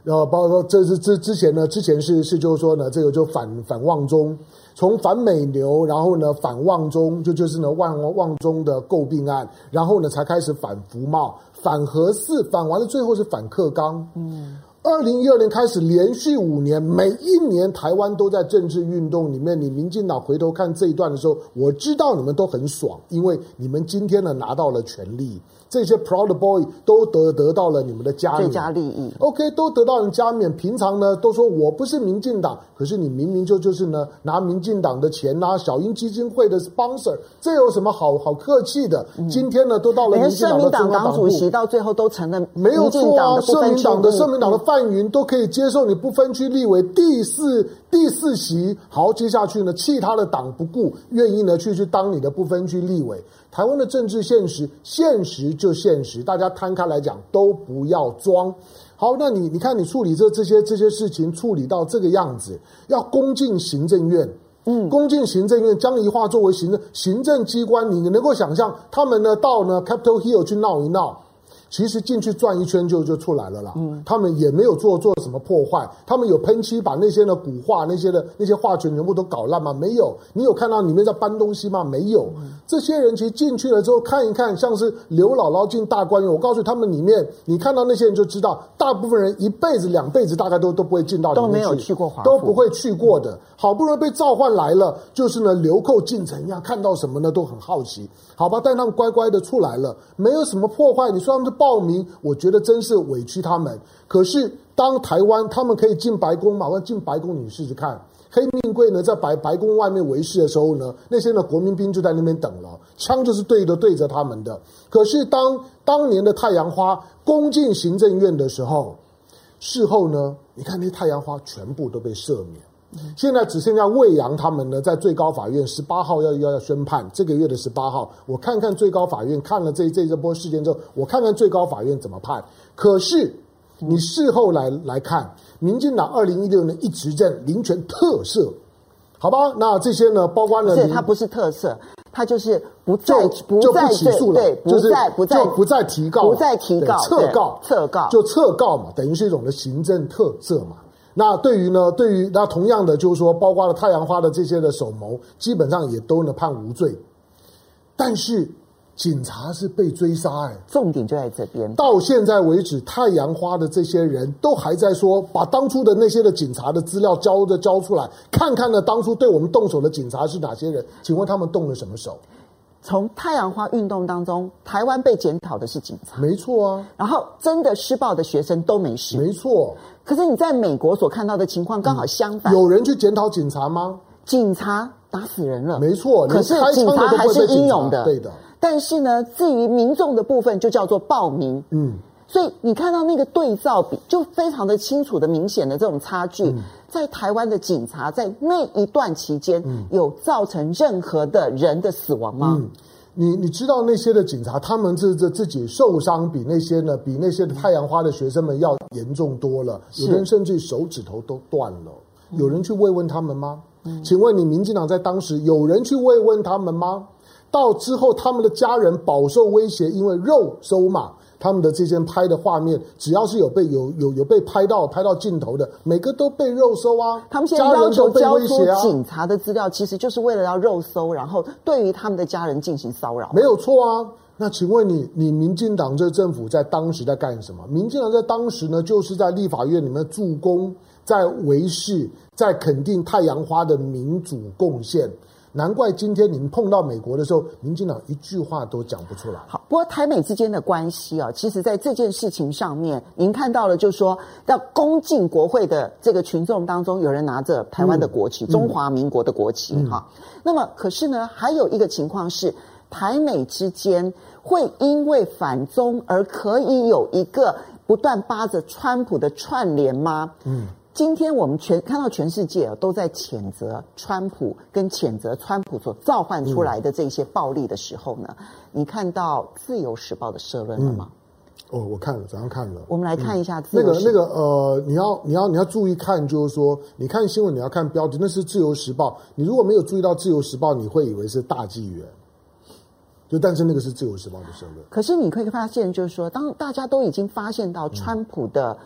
然后包括之前呢，是就是说呢，这个就反旺中，从反美牛，然后呢反旺中，就是呢旺中的诟病案，然后呢才开始反服贸、反核四，反完了最后是反克刚。2012年开始连续5年，每一年台湾都在政治运动里面。你民进党回头看这一段的时候，我知道你们都很爽，因为你们今天呢拿到了权利，这些 Proud Boy 都得到了你们的加冕， 最佳利益。 OK， 都得到人加冕。平常呢都说我不是民进党，可是你明明就是呢拿民进党的钱啊，小英基金会的 sponsor， 这有什么好客气的？今天呢都到了民进党的中央党部， 党主席到最后都成了没有错啊，社民党的范范云都可以接受你不分区立委第四席，好，接下去呢弃他的党不顾，愿意呢去当你的不分区立委。台湾的政治现实就现实，大家摊开来讲，都不要装。好，那你看你处理这些事情处理到这个样子，要恭敬行政院。恭敬行政院将宜化作为行政机关，你能够想象他们呢到呢 Capitol Hill 去闹一闹，其实进去转一圈就出来了啦。他们也没有做什么破坏，他们有喷漆把那些呢古画那些画卷全部都搞烂吗？没有。你有看到里面在搬东西吗？没有。这些人其实进去了之后看一看，像是刘姥姥进大观园，我告诉你，他们里面你看到那些人就知道，大部分人一辈子2辈子大概都不会进到里面去， 都没有去过华府， 都不会去过的。好不容易被召唤来了，就是呢流寇进城呀，看到什么呢都很好奇。好吧，但他们乖乖的出来了，没有什么破坏。你说他们是暴民，我觉得真是委屈他们。可是当台湾他们可以进白宫嘛？进白宫你试试看，黑命贵呢在白宫外面维持的时候呢，那些呢国民兵就在那边等了，枪就是对着他们的。可是当年的太阳花攻进行政院的时候，事后呢，你看那太阳花全部都被赦免。现在只剩下魏扬他们呢，在最高法院18号要宣判，这个月的18号，我看看最高法院看了这波事件之后，我看看最高法院怎么判。可是你事后来看，民进党2016年一执政，林权特赦，好吧？那这些呢，包括了， 它不是特赦，它就是不起诉了， 对， 不再提告，撤告，就撤告嘛，等于是一种的行政特赦嘛。那对于那同样的就是说，包括了太阳花的这些的首谋，基本上也都呢判无罪。但是警察是被追杀， 重点就在这边。 到现在为止，太阳花的这些人都还在说，把当初的那些的警察的资料交出来，看看呢当初对我们动手的警察是哪些人？请问他们动了什么手？ 从太阳花运动当中，台湾被检讨的是警察， 没错啊。 然后真的施暴的学生都没事， 没错。 可是你在美国所看到的情况刚好相反， 有人去检讨警察吗？ 警察打死人了， 没错。 可是警察还是英勇的， 对的。 但是呢，至于民众的部分，就叫做暴民。所以你看到那个对照比，就非常的清楚的、明显的这种差距。在台湾的警察在那一段期间，有造成任何的人的死亡吗？ 你知道那些的警察，他们自己受伤比那些的太阳花的学生们要严重多了，有人甚至手指头都断了。有人去慰问他们吗？请问你民进党在当时有人去慰问他们吗？到之后他们的家人饱受威胁，因为肉搜嘛，他们的这些拍的画面，只要是有被拍到镜头的，每个都被肉搜啊。 他们现在要求交出警察的资料，其实就是为了要肉搜，然后对于他们的家人进行骚扰。 没有错啊。那请问你民进党这政府在当时在干什么？民进党在当时呢，就是在立法院里面助攻，在维视，在肯定太阳花的民主贡献。难怪今天你们碰到美国的时候，民进党一句话都讲不出来。 好，不过台美之间的关系啊，其实在这件事情上面，您看到了，就是说要攻进国会的这个群众当中，有人拿着台湾的国旗，中华民国的国旗哈。那么，可是呢，还有一个情况是，台美之间会因为反中而可以有一个不断扒着川普的串联吗？今天我们看到全世界都在谴责川普跟谴责川普所召唤出来的这些暴力的时候呢，你看到《自由时报》的社论了吗？ 我看了，早上看了。 我们来看一下自由时报。 你要注意看，就是说，你看新闻你要看标题，那是《自由时报》。你如果没有注意到《自由时报》，你会以为是大纪元。但是那个是《自由时报》的社论。 可是你可以发现，就是说，当大家都已经发现到川普的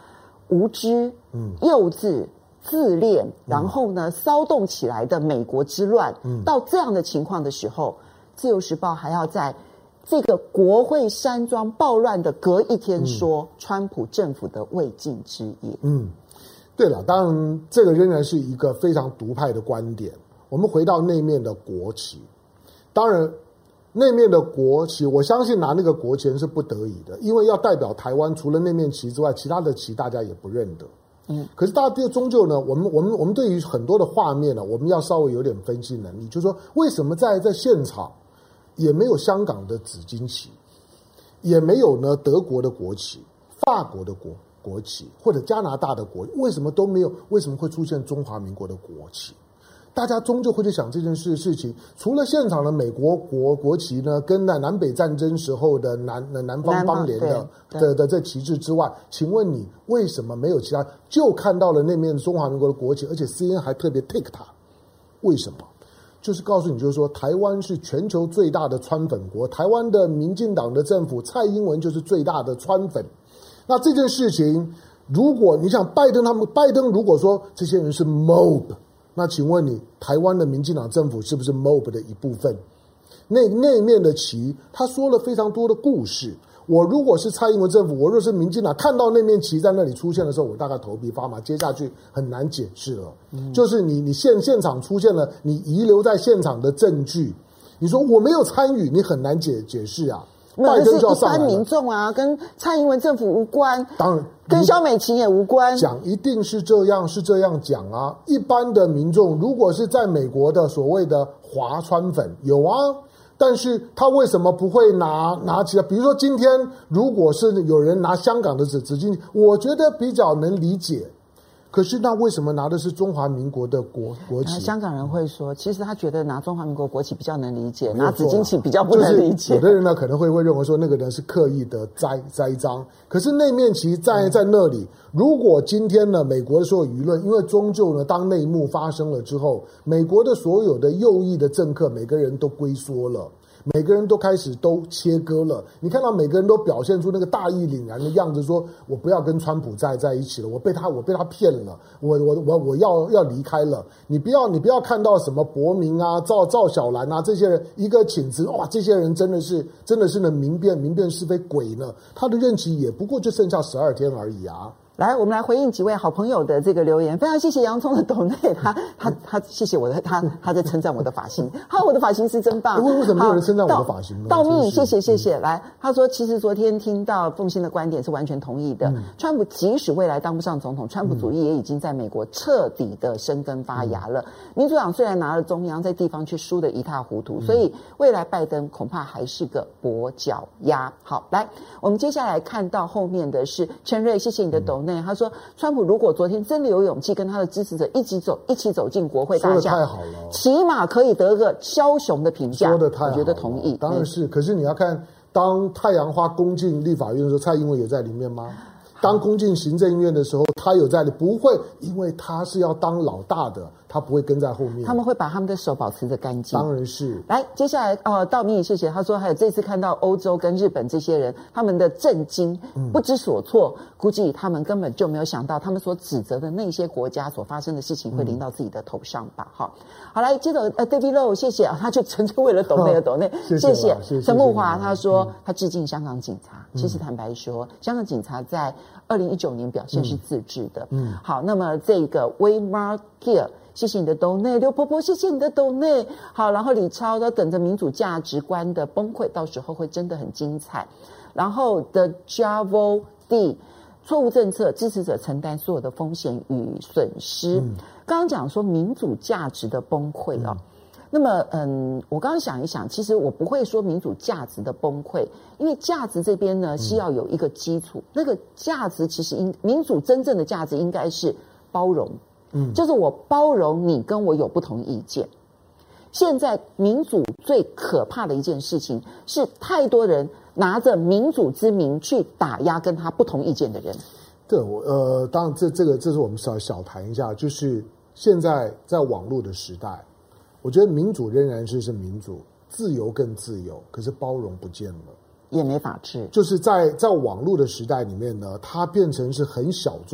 无知、幼稚、自恋，然后呢骚动起来的美国之乱，到这样的情况的时候，自由时报还要在这个国会山庄暴乱的隔一天说，川普政府的未尽之业。 对了，当然这个仍然是一个非常独派的观点。我们回到那面的国旗，当然那面的国旗，我相信拿那个国旗是不得已的，因为要代表台湾，除了那面旗之外，其他的旗大家也不认得。可是大家终究呢，我们对于很多的画面呢，我们要稍微有点分析能力，就是说为什么在现场也没有香港的紫金旗，也没有呢德国的国旗、法国的国旗或者加拿大的国旗，为什么都没有？为什么会出现中华民国的国旗？大家终究会去想这件事情。除了现场的美国国旗呢，跟南北战争时候的南方邦联的这旗帜之外，请问你为什么没有其他？就看到了那面中华民国的国旗，而且 CNN 还特别 take 它，为什么？就是告诉你，就是说台湾是全球最大的川粉国，台湾的民进党的政府蔡英文就是最大的川粉。那这件事情，如果你想拜登如果说这些人是 mob， 那请问你台湾的民进党政府是不是 mob 的一部分？那面的旗，他说了非常多的故事。我如果是蔡英文政府，我若是民进党，看到那面旗在那里出现的时候，我大概头皮发麻。接下去很难解释了，就是你现场出现了你遗留在现场的证据，你说我没有参与，你很难解释啊。拜登就要上来了， 一般民众啊，跟蔡英文政府无关， 当然跟萧美琴也无关。 讲一定是这样讲啊。一般的民众如果是在美国的所谓的华川粉有啊，但是他为什么不会拿起来？比如说今天如果是有人拿香港的紫金，我觉得比较能理解。可是那为什么拿的是中华民国的国旗？ 香港人会说，其实他觉得拿中华民国国旗比较能理解，拿紫金旗比较不能理解。 有的人呢可能会认为说那个人是刻意的栽赃，可是那面旗在那里。如果今天呢美国的所有舆论，因为终究呢当内幕发生了之后，美国的所有的右翼的政客每个人都龟缩了。每个人都开始都切割了，你看到每个人都表现出那个大义凛然的样子，说我不要跟川普在一起了，我被他骗了，我要离开了。你不要看到什么伯明啊、赵小兰啊这些人一个请辞，哇，这些人真的是能明辨是非鬼呢。他的任期也不过就剩下12天而已啊。 来，我们来回应几位好朋友的这个留言。非常谢谢洋葱的抖内，他谢谢我的，他在称赞我的发型。好，我的发型师真棒。 为什么没有人称赞我的发型呢？ 道密，谢谢。来，他说其实昨天听到凤馨的观点是完全同意的。川普即使未来当不上总统，川普主义也已经在美国彻底的生根发芽了。民主党虽然拿了中央，在地方却输得一塌糊涂，所以未来拜登恐怕还是个跛脚鸭。好，来，我们接下来看到后面的是陈瑞，谢谢你的抖内。他说，川普如果昨天真的有勇气跟他的支持者一起走进国会大厦， 说得太好了， 起码可以得个枭雄的评价。 说得太好了， 我觉得同意。 当然是，可是你要看，当太阳花攻进立法院的时候，蔡英文有在里面吗？当攻进行政院的时候，他有在里？不会，因为他是要当老大的，他不会跟在后面。 他们会把他们的手保持着干净。 当然是。 来，接下来道明，谢谢。他说，还有这次看到欧洲跟日本这些人，他们的震惊、不知所措，估计他们根本就没有想到，他们所指责的那些国家所发生的事情会临到自己的头上吧？好，来接着David Low， 谢谢啊，他就纯粹为了抖内而抖内，谢谢。陈木华他说，他致敬香港警察。其实坦白说，香港警察在2019年表现是自制的。好，那么这个 Waymar Gear， 谢谢你的抖内，刘婆婆谢谢你的抖内。好，然后李超都等着民主价值观的崩溃，到时候会真的很精彩。然后 The Javo D， 错误政策，支持者承担所有的风险与损失。刚刚讲说民主价值的崩溃啊。那么，我刚刚想一想，其实我不会说民主价值的崩溃，因为价值这边呢是要有一个基础，那个价值其实民主真正的价值应该是包容，就是我包容你跟我有不同意见。现在民主最可怕的一件事情是，太多人拿着民主之名去打压跟他不同意见的人。对， 当然这是我们小谈一下，就是现在在网络的时代。我觉得民主仍然是民主，自由更自由，可是包容不见了， 也没法治。 就是在网络的时代里面呢，它变成是很小众，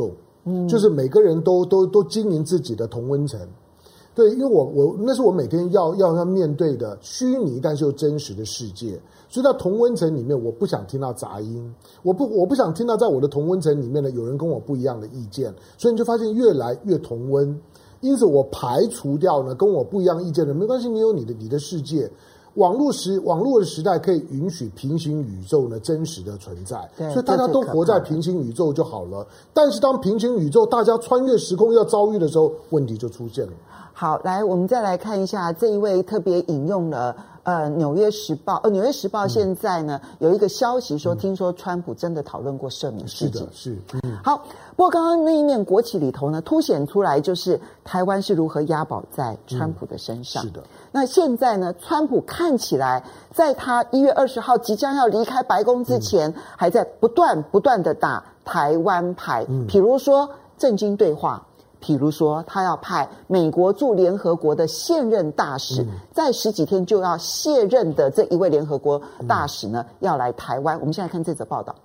就是每个人都经营自己的同温层。对，因为我那是我每天要面对的虚拟但是又真实的世界，所以在同温层里面，我不想听到杂音，我不想听到在我的同温层里面呢有人跟我不一样的意见，所以你就发现越来越同温。因此我排除掉呢跟我不一样意见的，没关系，你有你的世界。网络的时代可以允许平行宇宙呢真实的存在，所以大家都活在平行宇宙就好了。但是当平行宇宙大家穿越时空要遭遇的时候，问题就出现了。 好，来，我们再来看一下这一位特别引用了纽约时报》现在呢有一个消息说，听说川普真的讨论过赦免事件。 是。 好，不过刚刚那一面国旗里头呢，凸显出来就是台湾是如何押宝在川普的身上。 是的。 那现在呢，川普看起来在他1月20号即将要离开白宫之前，还在不断的打台湾牌，比如说政经对话。比如说，他要派美国驻联合国的现任大使，在10几天就要卸任的这一位联合国大使呢，要来台湾。我们现在看这则报道。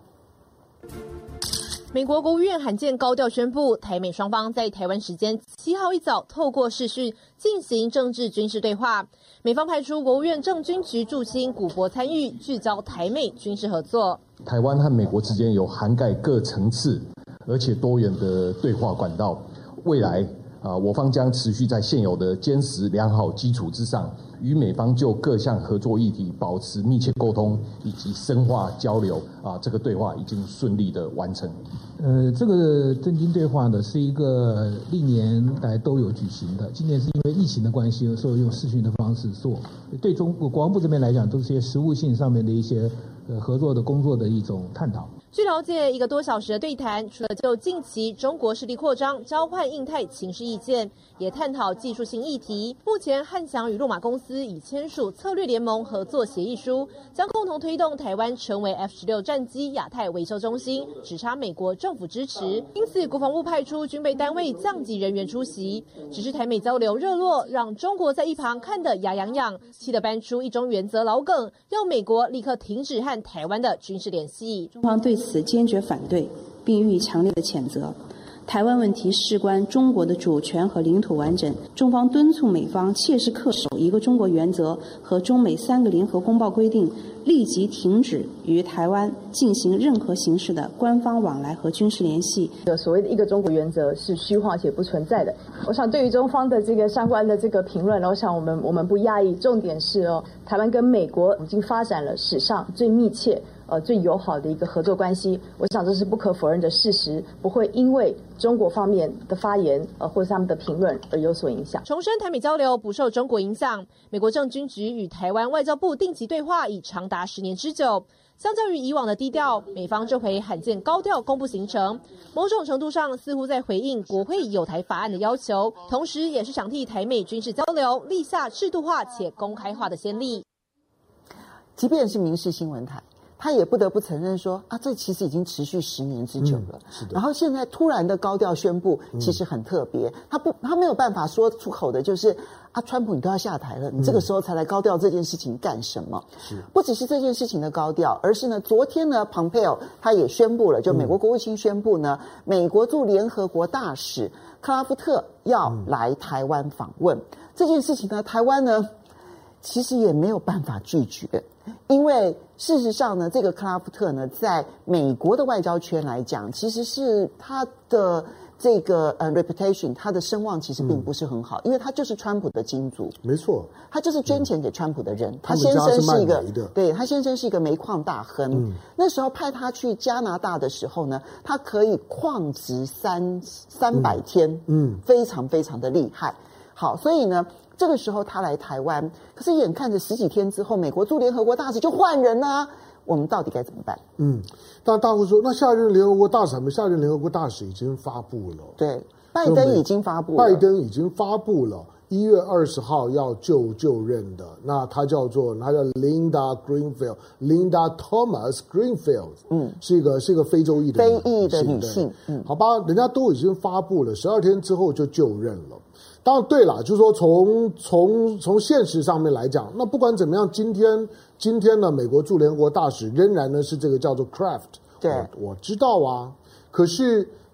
美国国务院罕见高调宣布，台美双方在台湾时间7号一早透过视讯进行政治军事对话。美方派出国务院政军局驻青古博参与，聚焦台美军事合作。 台湾和美国之间有涵盖各层次而且多元的对话管道。未来我方将持续在现有的坚实良好基础之上，与美方就各项合作议题保持密切沟通以及深化交流。这个对话已经顺利的完成。 这个政经对话呢，是一个历年来都有举行的。今年是因为疫情的关系，所以用视讯的方式做。对国防部这边来讲，都是些实务性上面的一些合作的工作的一种探讨。 据了解，1个多小时的对谈，除了就近期中国势力扩张、交换印太情势意见，也探讨技术性议题。目前，汉翔与洛马公司已签署策略联盟合作协议书，将共同推动台湾成为 F-16战机亚太维修中心，只差美国政府支持。因此，国防部派出军备单位降级人员出席。只是台美交流热络，让中国在一旁看得牙痒痒，气得搬出一中原则老梗，要美国立刻停止和台湾的军事联系。 中方对此坚决反对，并予以强烈的谴责。台湾问题事关中国的主权和领土完整，中方敦促美方切实恪守一个中国原则和中美3个联合公报规定，立即停止与台湾进行任何形式的官方往来和军事联系。 所谓的一个中国原则是虚幻且不存在的。我想对于中方的这个相关的这个评论，我想我们不讶异。重点是台湾跟美国已经发展了史上最密切最友好的一个合作关系，我想这是不可否认的事实，不会因为中国方面的发言或是他们的评论而有所影响。 重申台美交流不受中国影响，美国政军局与台湾外交部定期对话已长达10年之久。相较于以往的低调，美方这回罕见高调公布行程，某种程度上似乎在回应国会有台法案的要求，同时也是想替台美军事交流立下制度化且公开化的先例。 即便是民视新闻台，他也不得不承认说这其实已经持续10年之久了。然后现在突然的高调宣布，其实很特别。他没有办法说出口的，就是川普你都要下台了，你这个时候才来高调这件事情干什么？不只是这件事情的高调，而是呢，昨天呢，Pompeo他也宣布了，就美国国务卿宣布呢，美国驻联合国大使克拉夫特要来台湾访问。这件事情呢，台湾呢其实也没有办法拒绝。因为事实上呢，这个克拉夫特呢，在美国的外交圈来讲，其实是他的这个reputation， 他的声望其实并不是很好，因为他就是川普的金主， 没错， 他就是捐钱给川普的人。他先生是一个，对，他先生是一个煤矿大亨。那时候派他去加拿大的时候呢，他可以旷职300天，非常非常的厉害。好，所以呢，这个时候他来台湾，可是眼看着10几天之后，美国驻联合国大使就换人啦，我们到底该怎么办？ 但大会说，那下任联合国大使已经发布了， 对，拜登已经发布了 1月20号要就任的，那他叫 Linda Thomas Greenfield， 是一个非洲裔的女性，好吧，人家都已经发布了，12天之后就任了。当然对了，就是说从现实上面来讲，那不管怎么样，今天呢，美国驻联合国大使仍然呢是这个叫做 Kraft， 对， 我知道啊，可是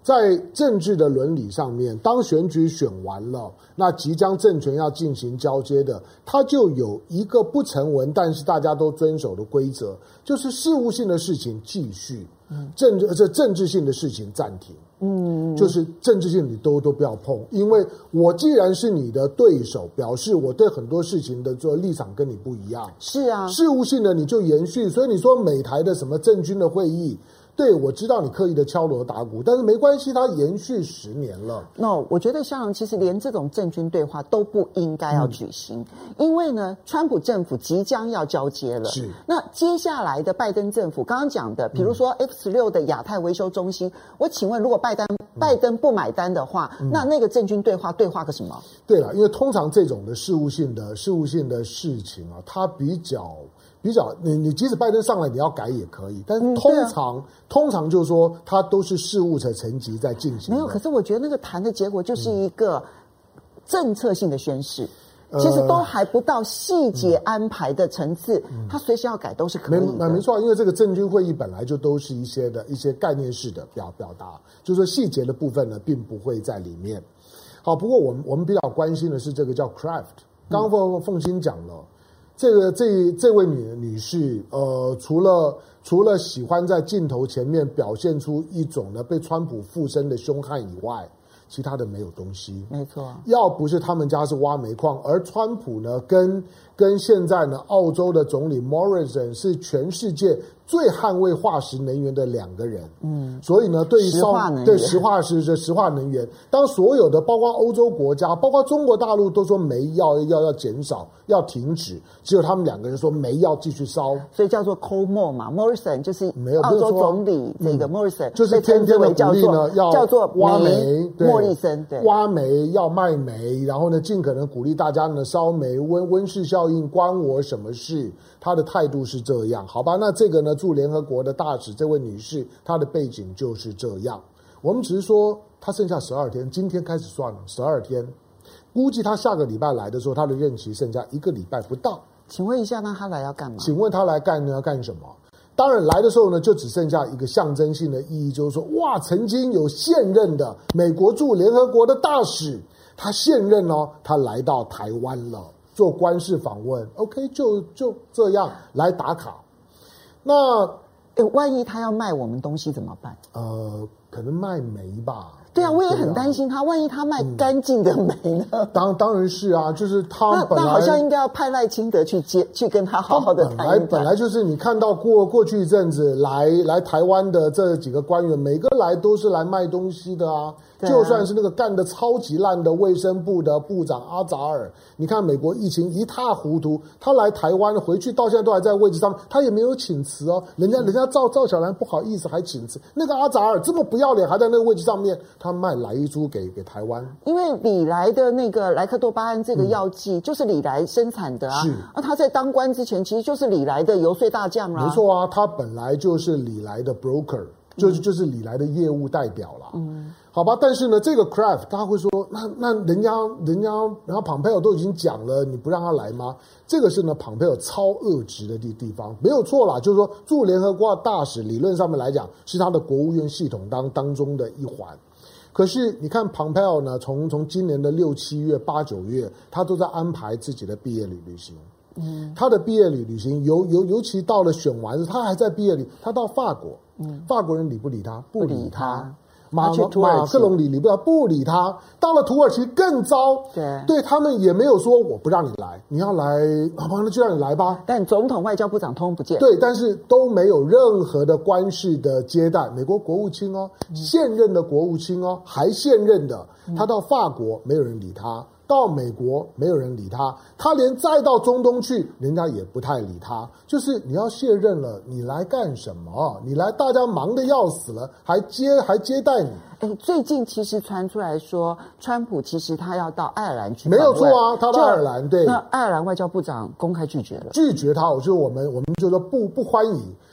在政治的伦理上面，当选举选完了，那即将政权要进行交接的，它就有一个不成文但是大家都遵守的规则，就是事务性的事情继续，政治性的事情暂停。就是政治性你都不要碰，因为我既然是你的对手，表示我对很多事情的立场跟你不一样。 是啊， 事务性的你就延续，所以你说美台的什么政军的会议，对，我知道你刻意的敲锣打鼓，但是没关系，它延续10年了。 我觉得萧洋其实连这种政军对话都不应该要举行，因为呢，川普政府即将要交接了。 是， 那接下来的拜登政府刚刚讲的，比如说 F-16的亚太维修中心，我请问，如果拜登不买单的话，那个政军对话个什么？ 对了，因为通常这种的事务性的事情啊，它比较，你即使拜登上来你要改也可以，但是通常就是说它都是事务的层级在进行。 没有，可是我觉得那个谈的结果就是一个政策性的宣示。其实都还不到细节安排的层次，他随时要改都是可以的。 没错，因为这个政军会议本来就都是一些概念式的表达，就是说细节的部分呢，并不会在里面。好，不过我们比较关心的是这个叫 Craft， 刚刚凤馨讲了，这位女士，除了喜欢在镜头前面表现出一种呢被川普附身的凶悍以外，其他的没有东西。 没错， 要不是他们家是挖煤矿，而川普呢跟现在呢澳洲的总理 Morrison 是全世界最捍卫化石能源的2个人。所以呢，对于石化能源，当所有的包括欧洲国家，包括中国大陆都说煤要减少，要停止，只有他们2个人说煤要继续烧， 所以叫做 Coal More 嘛。Morrison 就是澳洲总理这个 Morrison， 就是天天的鼓励呢要叫做挖煤， 莫里森对， 挖煤要卖煤，然后呢尽可能鼓励大家呢烧煤，温室效应关我什么事？他的态度是这样，好吧？那这个呢驻联合国的大使这位女士，她的背景就是这样。我们只是说她剩下12天，今天开始算了12天，估计她下个礼拜来的时候，她的任期剩下1个礼拜不到。 请问一下，那她来要干嘛？ 请问她来要干什么？当然来的时候呢，就只剩下一个象征性的意义，就是说，哇，曾经有现任的美国驻联合国的大使，他现任哦，他来到台湾了，做官事访问 ，OK， 就这样来打卡。那万一他要卖我们东西怎么办？ 可能卖煤吧。 对啊，我也很担心他，万一他卖干净的煤呢？ 当然是啊，就是他本来那好像应该要派赖清德去跟他好好的谈一谈。 本来就是你看到过去一阵子来台湾的这几个官员，每个来都是来卖东西的啊。就算是那个干得超级烂的卫生部的部长阿扎尔，你看美国疫情一塌糊涂，他来台湾回去到现在都还在位置上，他也没有请辞哦。人家赵小兰不好意思还请辞，那个阿扎尔这么不要脸还在那个位置上面，他卖莱伊珠给台湾。 因为李来的那个莱克多巴胺这个药剂就是李来生产的啊，他在当官之前其实就是李来的游说大将啦。 没错啊，他本来就是李来的 broker， 就是李来的业务代表啦。好吧，但是呢，这个 Craft 他会说，那人家然后庞佩奥都已经讲了，你不让他来吗？这个是呢，庞佩奥超恶质的地方，没有错啦，就是说驻联合国大使理论上面来讲是他的国务院系统当中的一环。可是你看庞佩奥呢，从今年的6、7月、8、9月，他都在安排自己的毕业旅行。他的毕业旅行尤其到了选完，他还在毕业旅，他到法国，法国人理不理他？不理他。马克龙不理他，到了土耳其更糟，对他们也没有说我不让你来，你要来，好吧，那就让你来吧。 但总统外交部长通不见， 对，但是都没有任何的官事的接待。美国国务卿哦，现任的国务卿哦，还现任的，他到法国没有人理他。到美国没有人理他，他连再到中东去，人家也不太理他。就是你要卸任了，你来干什么？你来，大家忙得要死了，还接待你。 最近其实传出来说，川普其实他要到爱尔兰去， 没有错啊，他到爱尔兰，对。 那爱尔兰外交部长公开拒绝了， 拒绝他，我们就说不欢迎。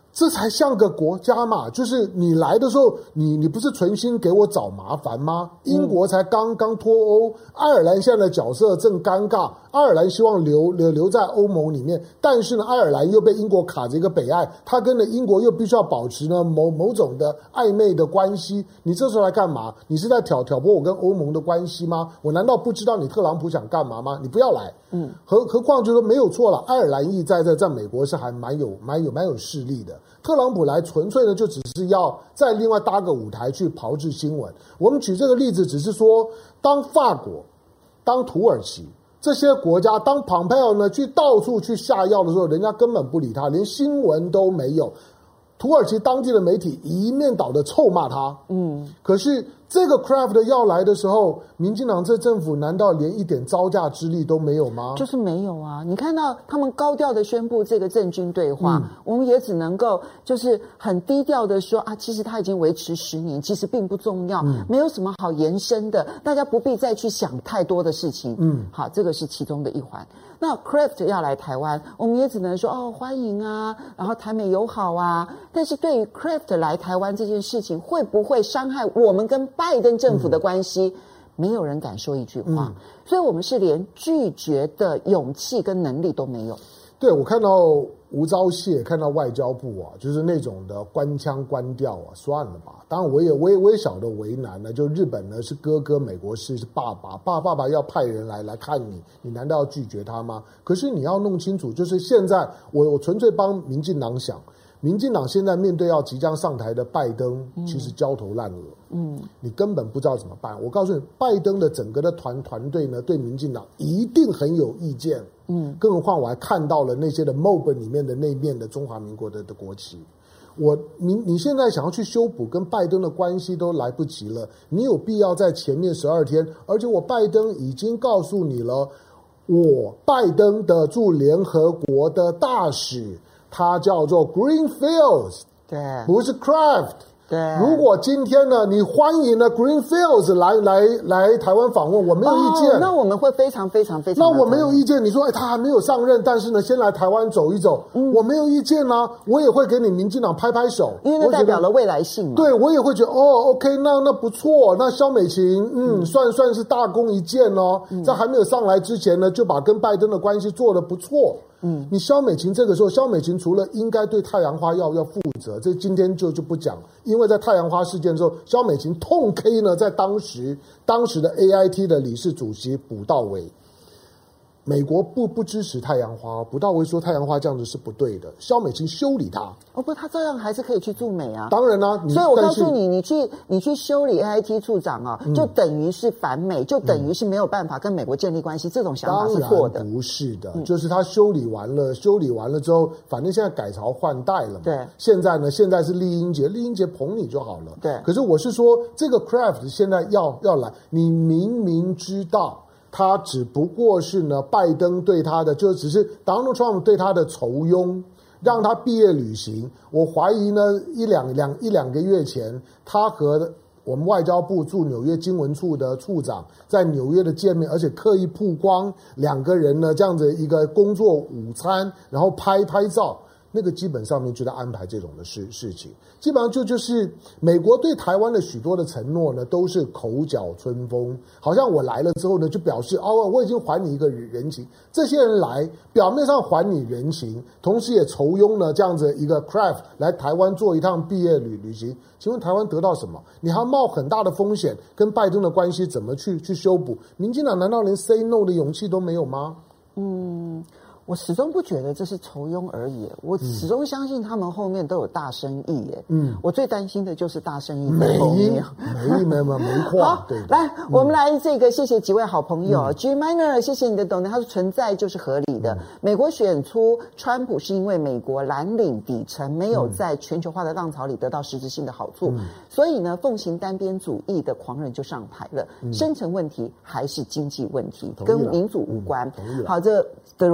这才像个国家嘛，就是你来的时候，你不是存心给我找麻烦吗？英国才刚刚脱欧，爱尔兰现在的角色正尴尬，爱尔兰希望留在欧盟里面，但是呢，爱尔兰又被英国卡着一个北爱，他跟英国又必须要保持呢某种的暧昧的关系。你这时候来干嘛？你是在挑拨我跟欧盟的关系吗？我难道不知道你特朗普想干嘛吗？你不要来。何况就说没有错了，爱尔兰裔在美国是还蛮有势力的。特朗普来纯粹的就只是要再另外搭个舞台去炮制新闻。我们举这个例子只是说，当法国、当土耳其这些国家，当蓬佩奥呢去到处去下药的时候，人家根本不理他，连新闻都没有。土耳其当地的媒体一面倒的臭骂他。可是这个 Kraft 要来的时候，民进党这政府难道连一点招架之力都没有吗？ 就是没有啊！你看到他们高调的宣布这个政军对话，我们也只能够就是很低调的说啊，其实它已经维持10年，其实并不重要，没有什么好延伸的，大家不必再去想太多的事情。好，这个是其中的一环。那 Kraft 要来台湾，我们也只能说哦欢迎啊，然后台美友好啊。但是对于 Kraft 来台湾这件事情，会不会伤害我们跟拜登政府的关系？没有人敢说一句话，所以我们是连拒绝的勇气跟能力都没有。 对，我看到吴钊燮，看到外交部啊，就是那种的官腔官调啊，算了吧。当然我也晓得为难了，就日本呢是哥哥，美国是爸爸，爸爸要派人来看你，你难道要拒绝他吗？可是你要弄清楚，就是现在我纯粹帮民进党想，民进党现在面对要即将上台的拜登，其实焦头烂额。你根本不知道怎么办。我告诉你，拜登的整个的团队呢，对民进党一定很有意见。更何况我还看到了那些的 MOB 里面的那面的中华民国的国旗。你现在想要去修补跟拜登的关系都来不及了，你有必要在前面12天，而且我拜登已经告诉你了，我拜登的驻联合国的大使，他叫做 Greenfields， 对， 不是 Kraft。 对， 如果今天呢，你欢迎了 Greenfields 来台湾访问，我没有意见。 那我们会非常非常非常。 那我没有意见。你说，他还没有上任，但是呢，先来台湾走一走，我没有意见啊。我也会给你民进党拍拍手， 因为那代表了未来性嘛。 对，我也会觉得OK， 那不错。那萧美琴，算是大功一件哦。在还没有上来之前呢，就把跟拜登的关系做得不错。你萧美琴这个时候，萧美琴除了应该对太阳花要负责，这今天就不讲，因为在太阳花事件之后，萧美琴痛 K 呢，在当时的 AIT 的理事主席卜道伟。美国不支持太阳花，卜道伟说太阳花这样子是不对的，萧美琴修理他。 不，他照样还是可以去驻美啊。 当然啦， 所以我告诉你，你去修理 AIT 处长啊，就等于是反美，就等于是没有办法跟美国建立关系，这种想法是错的。 当然不是的，就是他修理完了之后，反正现在改朝换代了嘛。 对， 现在是丽英杰捧你就好了。 对， 可是我是说，这个 Kraft 现在要来，你明明知道。他只不过是呢，拜登对他的就只是 Donald Trump 对他的酬庸，让他毕业旅行。我怀疑呢，一两个月前，他和我们外交部驻纽约经文处的处长在纽约的见面，而且刻意曝光两个人呢这样子一个工作午餐，然后拍照。那个基本上面就在安排这种的事情，基本上就是美国对台湾的许多的承诺呢，都是口角春风，好像我来了之后呢，就表示我已经还你一个人情。这些人来表面上还你人情，同时也酬庸了这样子一个 Kraft 来台湾做一趟毕业旅行。请问台湾得到什么？你还要冒很大的风险，跟拜登的关系怎么去修补？民进党难道连 say no 的勇气都没有吗？ 我始终不觉得这是酬庸而已，我始终相信他们后面都有大生意耶。我最担心的就是大生意在后面。 没话。对， 来，我们来这个谢谢几位好朋友。G Minor， 谢谢你的懂得，他说存在就是合理的。美国选出川普是因为美国蓝领底层没有在全球化的浪潮里得到实质性的好处，所以呢，奉行单边主义的狂人就上台了。深层问题还是经济问题，跟民主无关。好，这德罗铁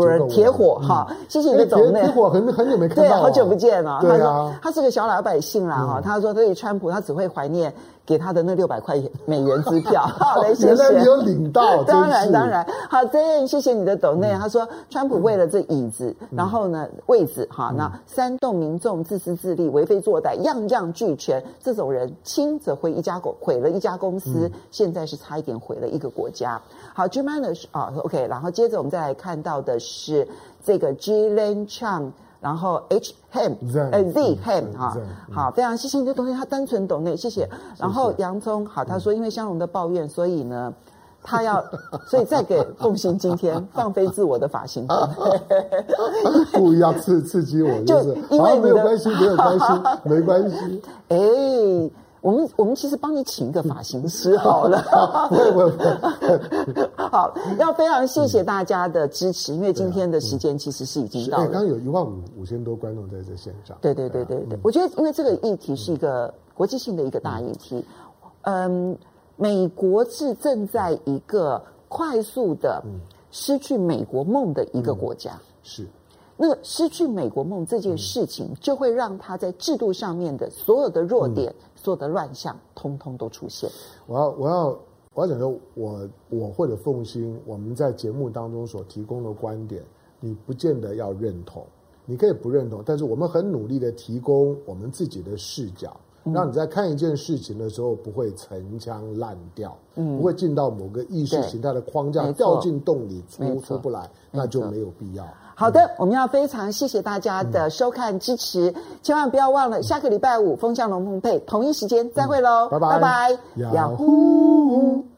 铁火哈，谢谢你的抖内。 铁火很久没看到， 对，好久不见了。 对啊， 他是个小老百姓啦哈。他说对于川普，他只会怀念给他的那600块美元支票。好的，谢谢。 原来你有领到， 当然。好 ，Zen， 谢谢你的抖内。他说川普为了这椅子，然后呢位置哈，那煽动民众自私自利、为非作歹，样样俱全。这种人轻则毁了一家公司，现在是差一点毁了一个国家。好 ，German 啊 ，OK， 然后接着我们再来看到的是这个 Gillian Chang。然后 H Ham Z Ham 哈，好，非常谢谢你的抖内，他单纯抖内，谢谢。然后洋葱好，他说因为香蓉的抱怨，所以呢，所以再给凤欣今天放飞自我的发型， 故意要刺激我，就是因为没有关系，没关系。 哎。我们其实帮你请一个发型师好了。好，要非常谢谢大家的支持，因为今天的时间其实是已经到了。 刚有15000多观众在这线上。 对，我觉得因为这个议题是一个国际性的一个大议题，美国是正在一个快速的失去美国梦的一个国家。 是。 那个失去美国梦这件事情，就会让他在制度上面的所有的弱点、所有的乱象，通通都出现。 我要讲说，我或者凤欣，我们在节目当中所提供的观点，你不见得要认同，你可以不认同，但是我们很努力的提供我们自己的视角，让你在看一件事情的时候不会陈腔滥调，不会进到某个意识形态的框架，掉进洞里出不来，那就没有必要。 好的，我们要非常谢谢大家的收看支持，千万不要忘了下个礼拜五风向龙凤配同一时间再会喽，拜拜，雅虎。